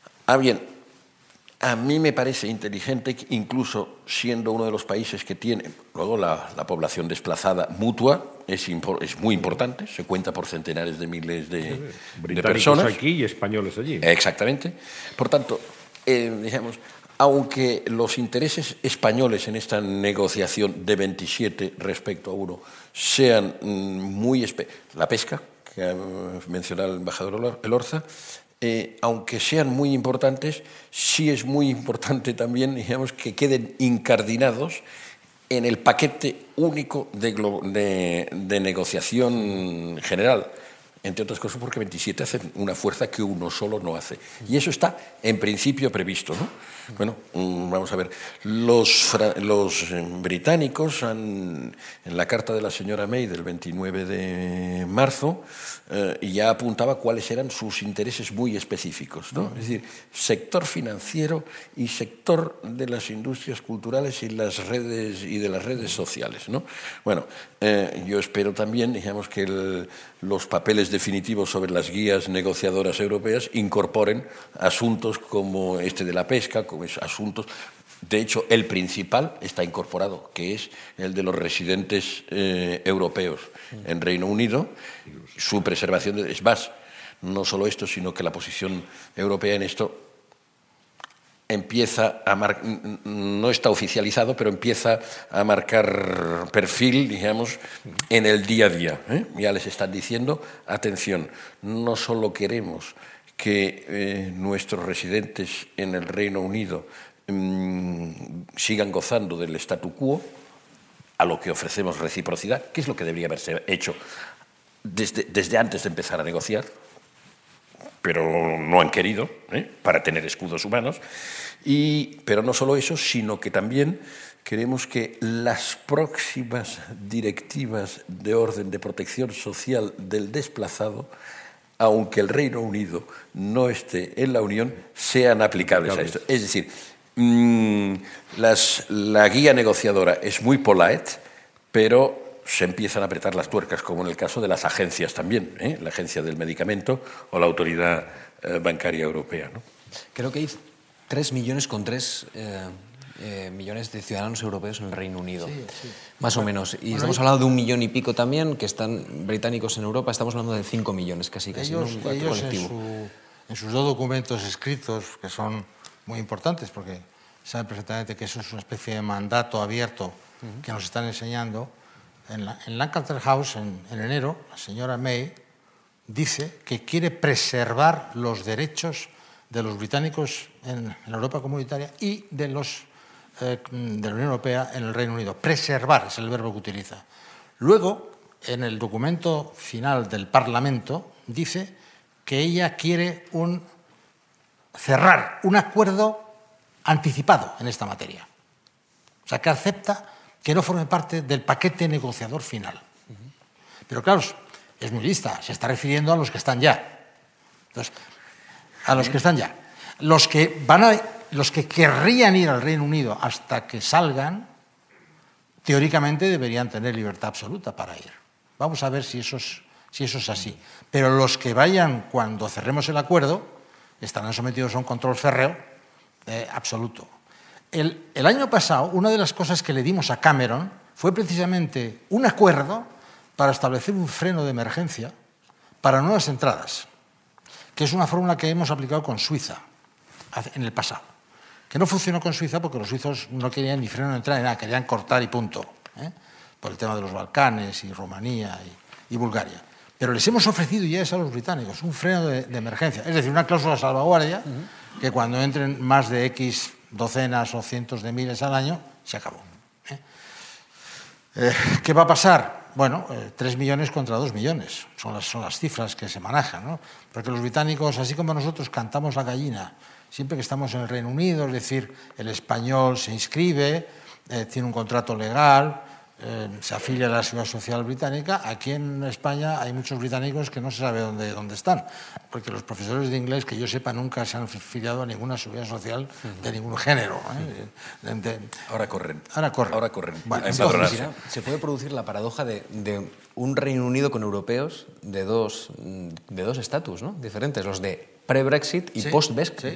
a mí me parece inteligente, incluso siendo uno de los países que tiene, luego la población desplazada mutua es muy importante, se cuenta por centenares de miles de personas. Aquí y españoles allí. Exactamente. Por tanto, aunque los intereses españoles en esta negociación de 27 respecto a uno sean la pesca, que ha mencionado el embajador Elorza, aunque sean muy importantes, sí es muy importante también, que queden incardinados en el paquete único de negociación general. Entre otras cosas porque 27 hacen una fuerza que uno solo no hace. Y eso está en principio previsto, ¿no? Bueno, vamos a ver. Los británicos en la carta de la señora May del 29 de marzo ya apuntaba cuáles eran sus intereses muy específicos, ¿no? Es decir, sector financiero y sector de las industrias culturales y de las redes sociales, ¿no? Bueno, yo espero también, que los papeles definitivos sobre las guías negociadoras europeas incorporen asuntos como este de la pesca, como asuntos. De hecho, el principal está incorporado, que es el de los residentes europeos en Reino Unido, su preservación. Es más, no solo esto, sino que la posición europea en esto empieza no está oficializado, pero empieza a marcar perfil, en el día a día. Ya les están diciendo, atención, no solo queremos que nuestros residentes en el Reino Unido sigan gozando del statu quo, a lo que ofrecemos reciprocidad, que es lo que debería haberse hecho desde antes de empezar a negociar, pero no han querido, para tener escudos humanos. Pero no solo eso, sino que también queremos que las próximas directivas de orden de protección social del desplazado, aunque el Reino Unido no esté en la Unión, sean aplicables a esto. Es decir, la guía negociadora es muy polite, pero se empiezan a apretar las tuercas, como en el caso de las agencias también, la Agencia del Medicamento o la Autoridad Bancaria Europea, ¿no? Creo que hay 3 millones con 3 millones de ciudadanos europeos en el Reino Unido, más o menos. Y estamos hablando de 1 millón y pico también, que están británicos en Europa. Estamos hablando de 5 millones, casi. Ellos en sus 2 documentos escritos, que son muy importantes, porque saben perfectamente que eso es una especie de mandato abierto que nos están enseñando. En Lancaster House, en enero, la señora May dice que quiere preservar los derechos de los británicos en la Europa comunitaria y de la Unión Europea en el Reino Unido. Preservar es el verbo que utiliza. Luego, en el documento final del Parlamento, dice que ella quiere cerrar un acuerdo anticipado en esta materia. O sea, que acepta que no forme parte del paquete negociador final. Pero claro, es muy lista, se está refiriendo a los que están ya. Entonces, a los que están ya. Los que querrían ir al Reino Unido hasta que salgan, teóricamente deberían tener libertad absoluta para ir. Vamos a ver si eso es así. Pero los que vayan cuando cerremos el acuerdo estarán sometidos a un control férreo absoluto. El año pasado, una de las cosas que le dimos a Cameron fue precisamente un acuerdo para establecer un freno de emergencia para nuevas entradas, que es una fórmula que hemos aplicado con Suiza en el pasado, que no funcionó con Suiza porque los suizos no querían ni freno de entrada ni nada, querían cortar y punto, por el tema de los Balcanes y Rumanía y Bulgaria. Pero les hemos ofrecido ya eso a los británicos, un freno de emergencia, es decir, una cláusula de salvaguardia que cuando entren más de X docenas o cientos de miles al año, se acabó. ¿Qué va a pasar? Bueno, 3 millones contra 2 millones, son las cifras que se manejan, ¿no? Porque los británicos, así como nosotros cantamos la gallina siempre que estamos en el Reino Unido, es decir, el español se inscribe, tiene un contrato legal, se afilia a la Seguridad Social británica. Aquí en España hay muchos británicos que no se sabe dónde están, porque los profesores de inglés, que yo sepa, nunca se han afiliado a ninguna Seguridad Social de ningún género. Ahora corren. Bueno, se puede producir la paradoja de un Reino Unido con europeos de dos estatus, ¿no? Diferentes, los de pre-Brexit y post-Brexit.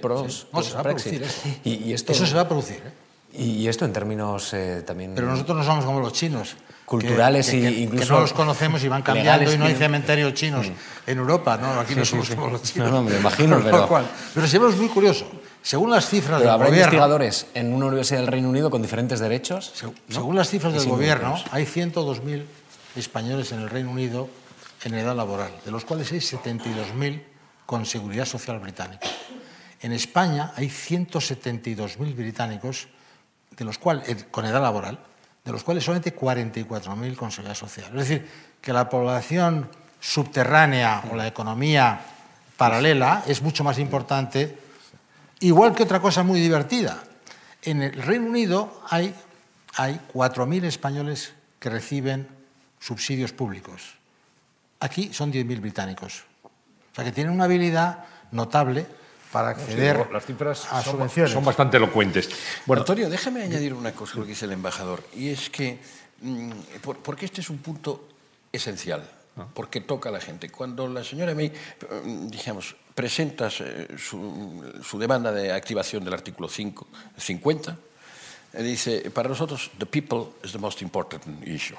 Eso se va a producir, Y esto en términos también... Pero nosotros no somos como los chinos. Culturales incluso... Que no los conocemos y van cambiando y no hay cementerios chinos en Europa. No, aquí no somos como los chinos. No, me imagino, pero siempre es muy curioso. Según las cifras del ¿habrá gobierno... investigadores en una universidad del Reino Unido con diferentes derechos? Según las cifras del gobierno, hay 102.000 españoles en el Reino Unido en edad laboral, de los cuales hay 72.000 con seguridad social británica. En España hay 172.000 británicos de los cuales, con edad laboral, de los cuales solamente 44.000 con seguridad social. Es decir, que la población subterránea o la economía paralela es mucho más importante, igual que otra cosa muy divertida. En el Reino Unido hay 4.000 españoles que reciben subsidios públicos. Aquí son 10.000 británicos. O sea, que tienen una habilidad notable para acceder las cifras a subvenciones. Son bastante elocuentes. Bueno, Antonio, déjame añadir una cosa a lo que dice el embajador, y es que, porque este es un punto esencial, porque toca a la gente. Cuando la señora May, digamos, presenta su demanda de activación del artículo 50, dice, para nosotros, the people is the most important issue.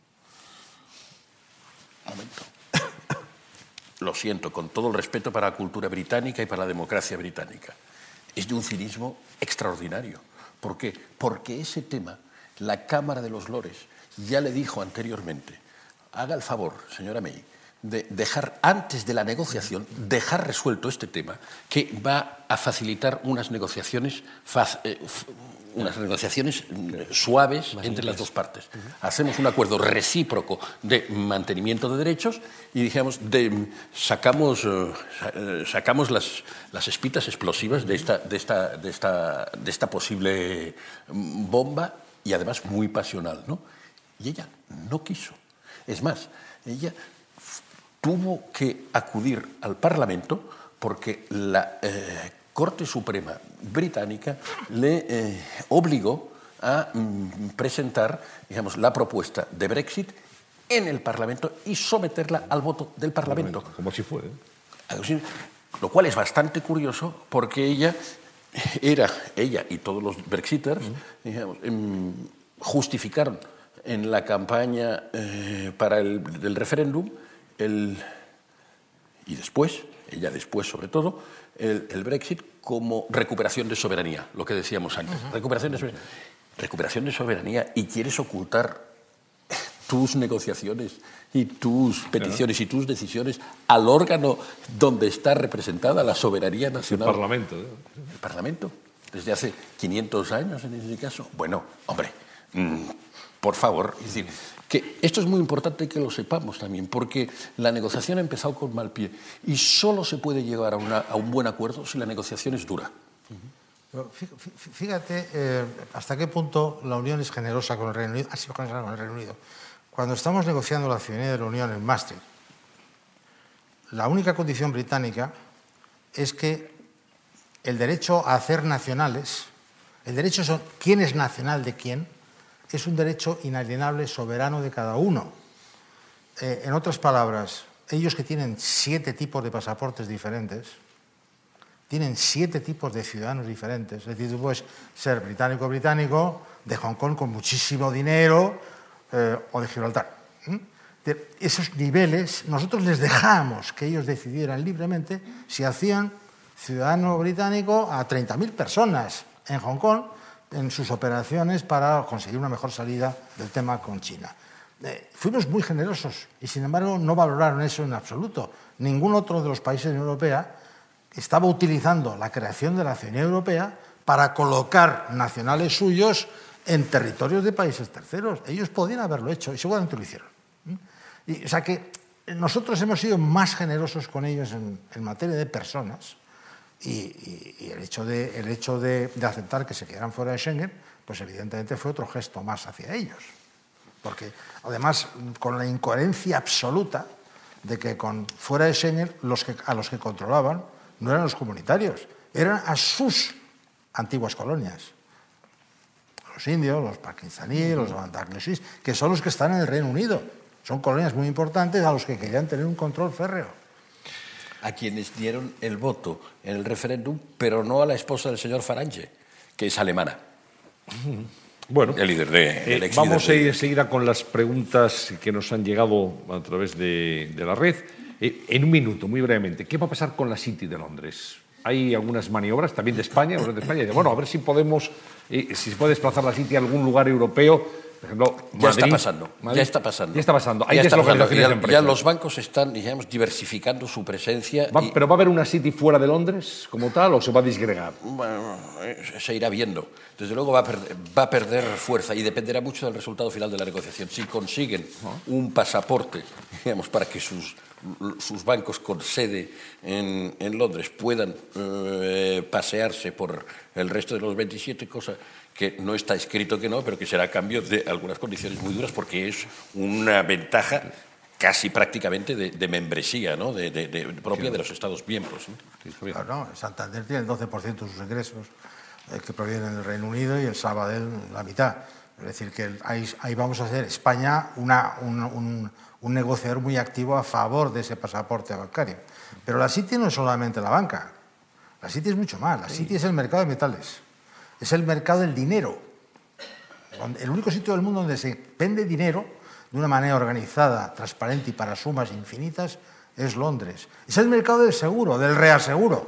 Un momento. Lo siento, con todo el respeto para la cultura británica y para la democracia británica. Es de un cinismo extraordinario. ¿Por qué? Porque ese tema, la Cámara de los Lores ya le dijo anteriormente, haga el favor, señora May, de dejar, antes de la negociación, dejar resuelto este tema, que va a facilitar unas negociaciones suaves entre las dos partes. Hacemos un acuerdo recíproco de mantenimiento de derechos y, digamos, sacamos las espitas explosivas de esta posible bomba, y además muy pasional, ¿no? Y ella no quiso. Es más, ella tuvo que acudir al Parlamento porque la Corte Suprema británica le obligó a presentar, digamos, la propuesta de Brexit en el Parlamento y someterla al voto del Parlamento. Como si fuera. Lo cual es bastante curioso porque ella y todos los Brexiters, digamos, justificaron en la campaña para el referéndum y después, ella después sobre todo, el Brexit como recuperación de soberanía, lo que decíamos antes. Recuperación de soberanía, y quieres ocultar tus negociaciones y tus peticiones y tus decisiones al órgano donde está representada la soberanía nacional. El Parlamento. El Parlamento, desde hace 500 años en ese caso. Bueno, hombre, por favor, es decir, que esto es muy importante que lo sepamos también, porque la negociación ha empezado con mal pie y solo se puede llegar a un buen acuerdo si la negociación es dura. Fíjate hasta qué punto la Unión es generosa con el Reino Unido, ha sido generosa con el Reino Unido. Cuando estamos negociando la ciudadanía de la Unión en Maastricht, la única condición británica es que el derecho a hacer nacionales, el derecho a quién es nacional de quién, es un derecho inalienable, soberano de cada uno. En otras palabras, ellos que tienen 7 tipos de pasaportes diferentes, tienen 7 tipos de ciudadanos diferentes. Es decir, tú puedes ser británico, de Hong Kong con muchísimo dinero, o de Gibraltar. Esos niveles, nosotros les dejamos que ellos decidieran libremente si hacían ciudadano británico a 30.000 personas en Hong Kong en sus operaciones para conseguir una mejor salida del tema con China. Fuimos muy generosos y, sin embargo, no valoraron eso en absoluto. Ningún otro de los países de la Unión Europea estaba utilizando la creación de la ciudadanía europea para colocar nacionales suyos en territorios de países terceros. Ellos podían haberlo hecho y seguramente lo hicieron. O sea que nosotros hemos sido más generosos con ellos en materia de personas, y el hecho de aceptar que se quedaran fuera de Schengen, pues evidentemente fue otro gesto más hacia ellos. Porque además, con la incoherencia absoluta de que fuera de Schengen a los que controlaban no eran los comunitarios, eran a sus antiguas colonias. Los indios, los pakistaníes, los bangladesíes, que son los que están en el Reino Unido. Son colonias muy importantes a los que querían tener un control férreo. A quienes dieron el voto en el referéndum, pero no a la esposa del señor Farage, que es alemana. Bueno, el líder del ex vamos a ir enseguida con las preguntas que nos han llegado a través de la red. En un minuto, muy brevemente, ¿qué va a pasar con la City de Londres? Hay algunas maniobras también de España, bueno, a ver si podemos, si se puede desplazar la City a algún lugar europeo. Por ejemplo, ya Madrid, está pasando. Ya está pasando. Hay deslocalizaciones de empresas. Ya los bancos están, digamos, diversificando su presencia. ¿Pero va a haber una City fuera de Londres como tal o se va a disgregar? Bueno, se irá viendo. Desde luego va a perder fuerza y dependerá mucho del resultado final de la negociación. Si consiguen un pasaporte, digamos, para que sus bancos con sede en Londres puedan pasearse por el resto de los 27, cosa que no está escrito que no, pero que será a cambio de algunas condiciones muy duras, porque es una ventaja casi prácticamente de membresía, ¿no? propia de los Estados miembros, ¿no? Claro, Santander tiene el 12% de sus ingresos que provienen del Reino Unido y el Sabadell la mitad. Es decir, que ahí vamos a hacer España un negociador muy activo a favor de ese pasaporte bancario. Pero la City no es solamente la banca, la City es mucho más. La City es el mercado de metales, es el mercado del dinero. El único sitio del mundo donde se vende dinero de una manera organizada, transparente y para sumas infinitas es Londres. Es el mercado del seguro, del reaseguro.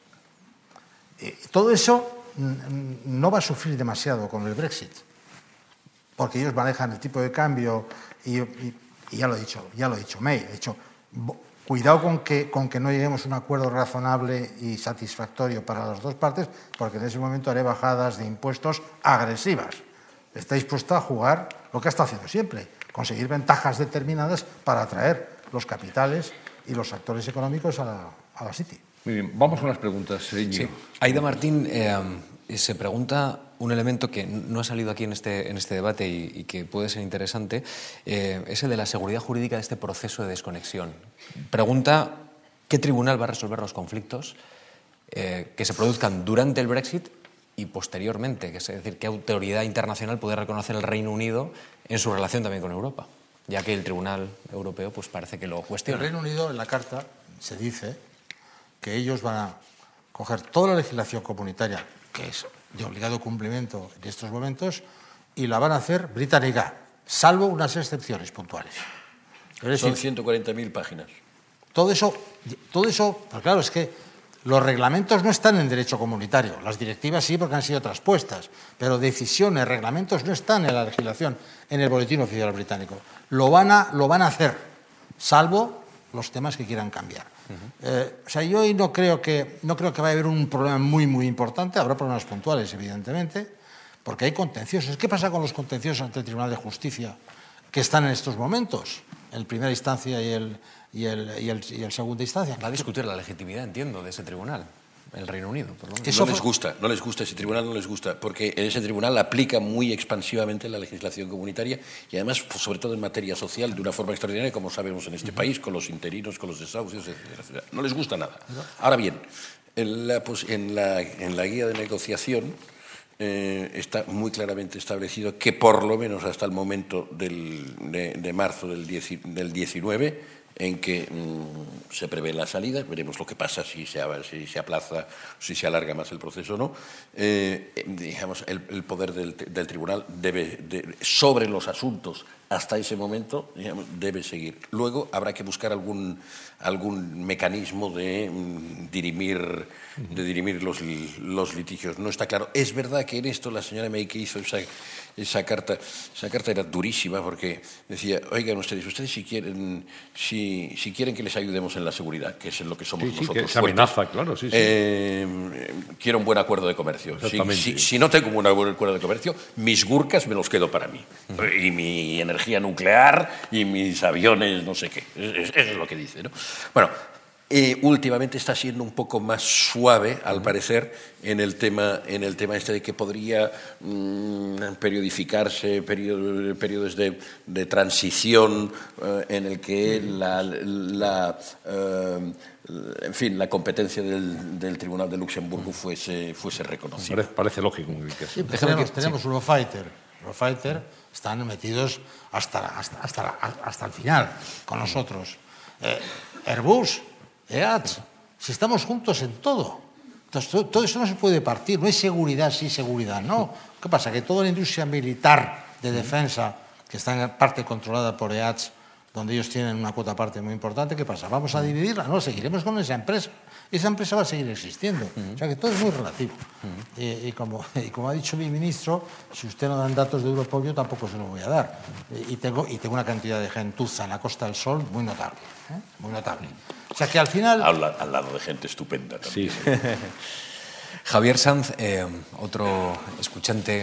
Todo eso no va a sufrir demasiado con el Brexit, porque ellos manejan el tipo de cambio y ya lo he dicho May, de hecho, Cuidado con que no lleguemos a un acuerdo razonable y satisfactorio para las dos partes, porque en ese momento haré bajadas de impuestos agresivas. Está dispuesto a jugar lo que ha estado haciendo siempre, conseguir ventajas determinadas para atraer los capitales y los actores económicos a la City. Muy bien, vamos con las preguntas. Sí. Aida Martín se pregunta un elemento que no ha salido aquí en este debate y que puede ser interesante, es el de la seguridad jurídica de este proceso de desconexión. Pregunta qué tribunal va a resolver los conflictos que se produzcan durante el Brexit y posteriormente, es decir, qué autoridad internacional puede reconocer el Reino Unido en su relación también con Europa, ya que el Tribunal Europeo pues parece que lo cuestiona. El Reino Unido, en la Carta, se dice que ellos van a coger toda la legislación comunitaria, que es de obligado cumplimiento en estos momentos, y la van a hacer británica, salvo unas excepciones puntuales. Son 140.000 páginas. Todo eso, pues claro, es que los reglamentos no están en derecho comunitario, las directivas sí porque han sido traspuestas, pero decisiones, reglamentos no están en la legislación, en el boletín oficial británico. Lo van a hacer, salvo los temas que quieran cambiar. O sea, yo hoy no creo que vaya a haber un problema muy, muy importante. Habrá problemas puntuales, evidentemente, porque hay contenciosos. ¿Qué pasa con los contenciosos ante el Tribunal de Justicia que están en estos momentos? En primera instancia y el segunda instancia. Va a discutir la legitimidad, entiendo, de ese tribunal. El Reino Unido, por lo menos. No les gusta ese tribunal, no les gusta, porque en ese tribunal aplica muy expansivamente la legislación comunitaria y además, pues, sobre todo en materia social, de una forma extraordinaria, como sabemos en este país, con los interinos, con los desahucios, etc. No les gusta nada. Ahora bien, en la guía de negociación está muy claramente establecido que por lo menos hasta el momento de marzo del 19, en que se prevé la salida, veremos lo que pasa si se aplaza, si se alarga más el proceso o no, digamos, el poder del tribunal sobre los asuntos hasta ese momento, digamos, debe seguir. Luego habrá que buscar algún mecanismo de dirimir los litigios. No está claro. Es verdad que en esto la señora May, que hizo esa carta era durísima, porque decía, oigan ustedes si quieren que les ayudemos en la seguridad, que es en lo que somos nosotros. Que esa amenaza, claro, sí. Quiero un buen acuerdo de comercio. Si no tengo un buen acuerdo de comercio, mis gurkas me los quedo para mí. Y mi energía nuclear y mis aviones, no sé qué. Eso es lo que dice, ¿no? Bueno, últimamente está siendo un poco más suave, al parecer, en el tema este de que podría periodificarse periodos de transición en el que la competencia del Tribunal de Luxemburgo fuese reconocida. Parece lógico. Sí, tenemos Eurofighter. Eurofighter están metidos hasta el final con nosotros. Airbus, EADS, si estamos juntos en todo. Entonces, todo eso no se puede partir. No hay seguridad sí, seguridad no. ¿Qué pasa? Que toda la industria militar de defensa, que está en parte controlada por EADS, donde ellos tienen una cuota parte muy importante, ¿qué pasa? ¿Vamos a dividirla? No, seguiremos con esa empresa. Esa empresa va a seguir existiendo. O sea que todo es muy relativo. Y como ha dicho mi ministro, si usted no dan datos de Europol, yo tampoco se lo voy a dar. Y tengo una cantidad de gentuza en la Costa del Sol muy notable. Muy notable. O sea que al final... Al lado de gente estupenda también. Sí. Javier Sanz, otro escuchante,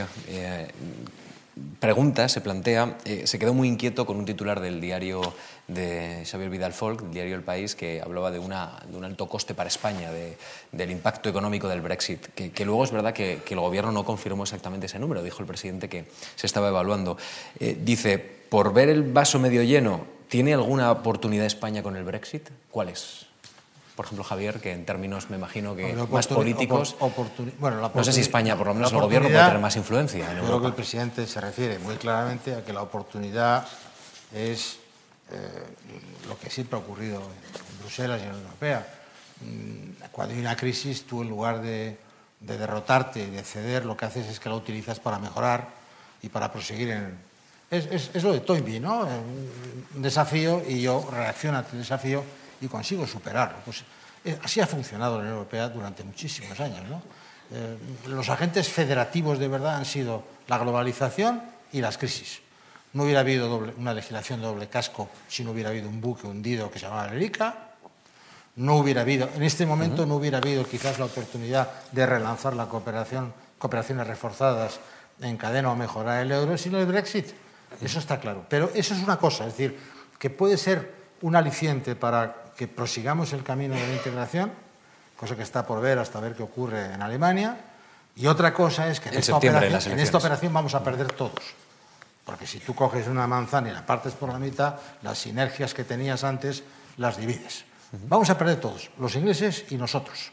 se plantea, se quedó muy inquieto con un titular del diario de Xavier Vidal Folk, el diario El País, que hablaba de un alto coste para España, del impacto económico del Brexit, que luego es verdad que el gobierno no confirmó exactamente ese número, dijo el presidente que se estaba evaluando. Dice, por ver el vaso medio lleno, ¿tiene alguna oportunidad España con el Brexit? ¿Cuál es? Por ejemplo, Javier, que en términos, me imagino que más políticos, no sé si España, por lo menos el gobierno, puede tener más influencia en Europa. Yo creo que el presidente se refiere muy claramente a que la oportunidad es lo que siempre ha ocurrido en Bruselas y en la Unión Europea. Cuando hay una crisis, tú en lugar de derrotarte y de ceder, lo que haces es que la utilizas para mejorar y para proseguir Es lo de Toynbee, ¿no? Un desafío y yo reacciono ante el desafío y consigo superarlo. Pues así ha funcionado la Unión Europea durante muchísimos años, ¿no? Los agentes federativos de verdad han sido la globalización y las crisis. no hubiera habido una legislación de doble casco si no hubiera habido un buque hundido que se llamaba Erika, no hubiera habido, en este momento no hubiera habido quizás la oportunidad de relanzar la cooperaciones reforzadas en cadena o mejorar el euro, sino el Brexit. Eso está claro. Pero eso es una cosa, es decir, que puede ser un aliciente para que prosigamos el camino de la integración, cosa que está por ver hasta ver qué ocurre en Alemania, y otra cosa es que en esta operación vamos a perder todos. Porque si tú coges una manzana y la partes por la mitad, las sinergias que tenías antes las divides. Vamos a perder todos, los ingleses y nosotros,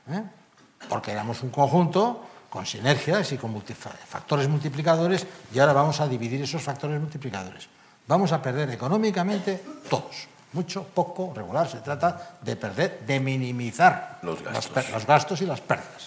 porque éramos un conjunto con sinergias y con factores multiplicadores, y ahora vamos a dividir esos factores multiplicadores. Vamos a perder económicamente todos, mucho, poco, regular. Se trata de perder, de minimizar los gastos y las pérdidas,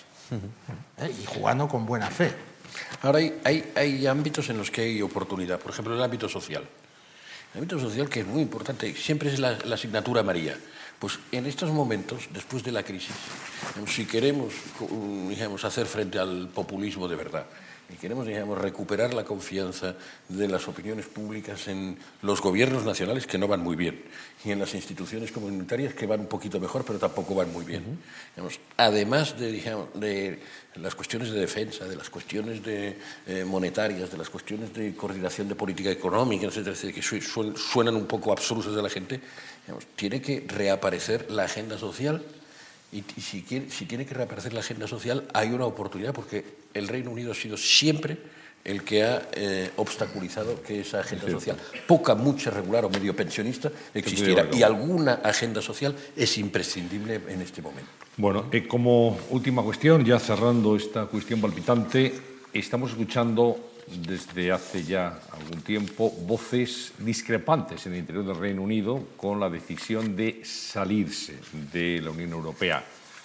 y jugando con buena fe. Ahora hay ámbitos en los que hay oportunidad, por ejemplo el ámbito social. El ámbito social, que es muy importante, siempre es la asignatura amarilla. Pues en estos momentos, después de la crisis, si queremos, digamos, hacer frente al populismo de verdad, y queremos, digamos, recuperar la confianza de las opiniones públicas en los gobiernos nacionales, que no van muy bien, y en las instituciones comunitarias, que van un poquito mejor, pero tampoco van muy bien. Digamos, además de las cuestiones de defensa, de las cuestiones monetarias, de las cuestiones de coordinación de política económica, etcétera, que suenan un poco absurdas de la gente, digamos, tiene que reaparecer la agenda social. Y si tiene que reaparecer la agenda social, hay una oportunidad, porque el Reino Unido ha sido siempre el que ha obstaculizado que esa agenda social, poca, mucha, regular o medio pensionista, existiera. Y alguna agenda social es imprescindible en este momento. Bueno, como última cuestión, ya cerrando esta cuestión palpitante, estamos escuchando desde hace ya algún tiempo voces discrepantes en el interior del Reino Unido con la decisión de salirse de la Unión Europea.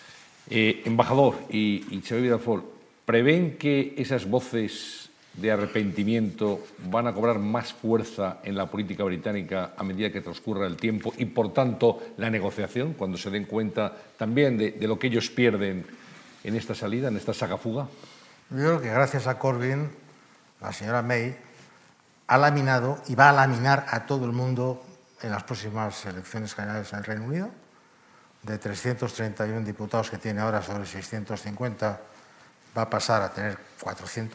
Embajador y Xavier Vidal-Folk, ¿prevén que esas voces de arrepentimiento van a cobrar más fuerza en la política británica a medida que transcurra el tiempo y, por tanto, la negociación, cuando se den cuenta también de lo que ellos pierden en esta salida, en esta saga-fuga? Yo creo que gracias a Corbyn, la señora May ha laminado y va a laminar a todo el mundo en las próximas elecciones generales en el Reino Unido. De 331 diputados que tiene ahora sobre 650, va a pasar a tener 400.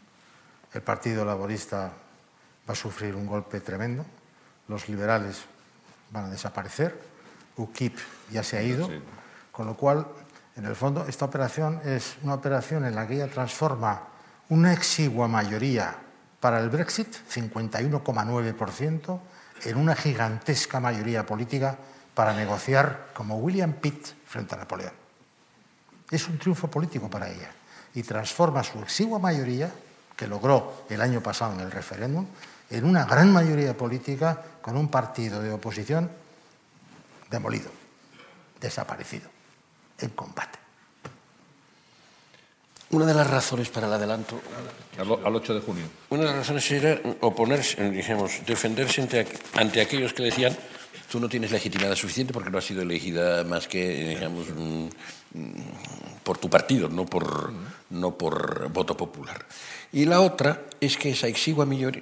El Partido Laborista va a sufrir un golpe tremendo. Los liberales van a desaparecer. UKIP ya se ha ido. Con lo cual, en el fondo, esta operación es una operación en la que ella transforma una exigua mayoría para el Brexit, 51,9%, en una gigantesca mayoría política para negociar como William Pitt frente a Napoleón. Es un triunfo político para ella y transforma su exigua mayoría, que logró el año pasado en el referéndum, en una gran mayoría política con un partido de oposición demolido, desaparecido, en combate. Una de las razones para el adelanto al 8 de junio. Una de las razones era oponerse, digamos, defenderse ante aquellos que decían: tú no tienes legitimidad suficiente porque no has sido elegida más que, digamos, por tu partido, no por voto popular. Y la otra es que esa exigua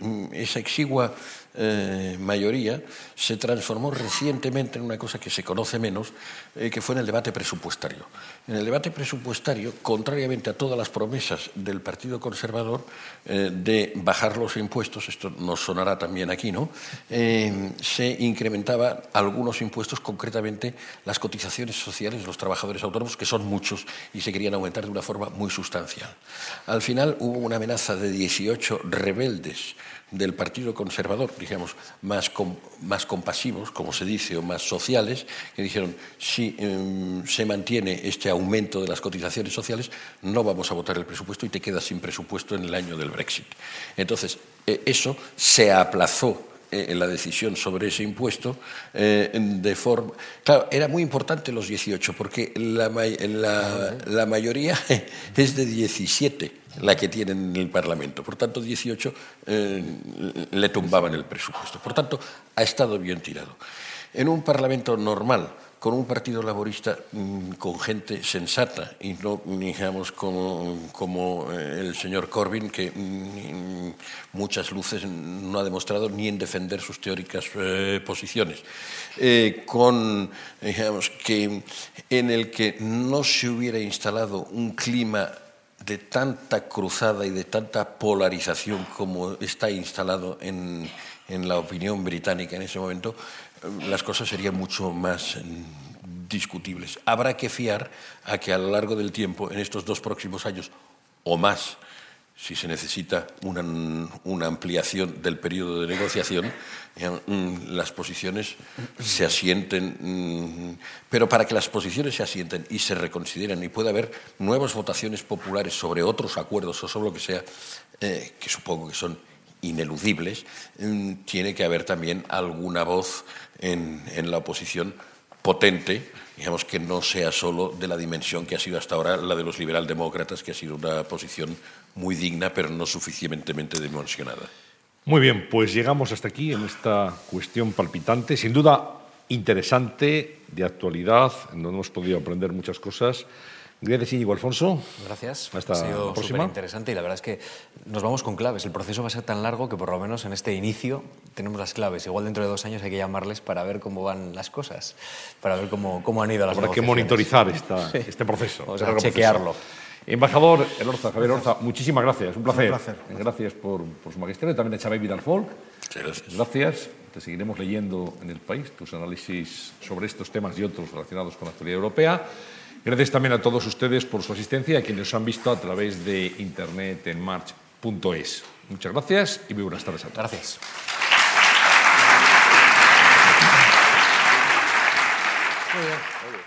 mayoría se transformó recientemente en una cosa que se conoce menos, que fue en el debate presupuestario. En el debate presupuestario, contrariamente a todas las promesas del Partido Conservador de bajar los impuestos, esto nos sonará también aquí, ¿no? Se incrementaban algunos impuestos, concretamente las cotizaciones sociales de los trabajadores autónomos, que son muchos y se querían aumentar de una forma muy sustancial. Al final hubo una amenaza de 18 rebeldes del Partido Conservador, digamos, más compasivos, como se dice, o más sociales, que dijeron: si se mantiene este aumento de las cotizaciones sociales, no vamos a votar el presupuesto y te quedas sin presupuesto en el año del Brexit. Entonces, eso se aplazó en la decisión sobre ese impuesto de forma... Claro, era muy importante los 18, porque la mayoría es de 17, la que tienen en el Parlamento. Por tanto, 18 le tumbaban el presupuesto. Por tanto, ha estado bien tirado. En un Parlamento normal, con un partido laborista con gente sensata y no, digamos, como el señor Corbyn, que muchas luces no ha demostrado ni en defender sus teóricas posiciones, digamos, que en el que no se hubiera instalado un clima de tanta cruzada y de tanta polarización como está instalado en la opinión británica en ese momento, las cosas serían mucho más discutibles. Habrá que fiar a que a lo largo del tiempo, en estos 2 próximos años o más, si se necesita una ampliación del periodo de negociación, las posiciones se asienten. Pero para que las posiciones se asienten y se reconsideren y pueda haber nuevas votaciones populares sobre otros acuerdos o sobre lo que sea, que supongo que son ineludibles, tiene que haber también alguna voz en la oposición potente, digamos, que no sea solo de la dimensión que ha sido hasta ahora la de los liberaldemócratas, que ha sido una posición muy digna, pero no suficientemente dimensionada. Muy bien, pues llegamos hasta aquí en esta cuestión palpitante, sin duda interesante, de actualidad, en donde hemos podido aprender muchas cosas. Gracias, Íñigo Alfonso. Gracias. Hasta ha sido la próxima. súper interesante y la verdad es que nos vamos con claves. El proceso va a ser tan largo que por lo menos en este inicio tenemos las claves. Igual dentro de 2 años hay que llamarles para ver cómo van las cosas, para ver cómo han ido las negociaciones. Habrá que monitorizar este proceso. Vamos a chequearlo. Embajador Elorza, Javier Elorza, muchísimas gracias. Un placer. Un placer. Gracias por su magisterio. También a Xavier Vidal-Folk. Gracias. Gracias. Te seguiremos leyendo en El País tus análisis sobre estos temas y otros relacionados con la actualidad europea. Gracias también a todos ustedes por su asistencia y a quienes nos han visto a través de internet en march.es. Muchas gracias y muy buenas tardes a todos. Gracias. Muy bien.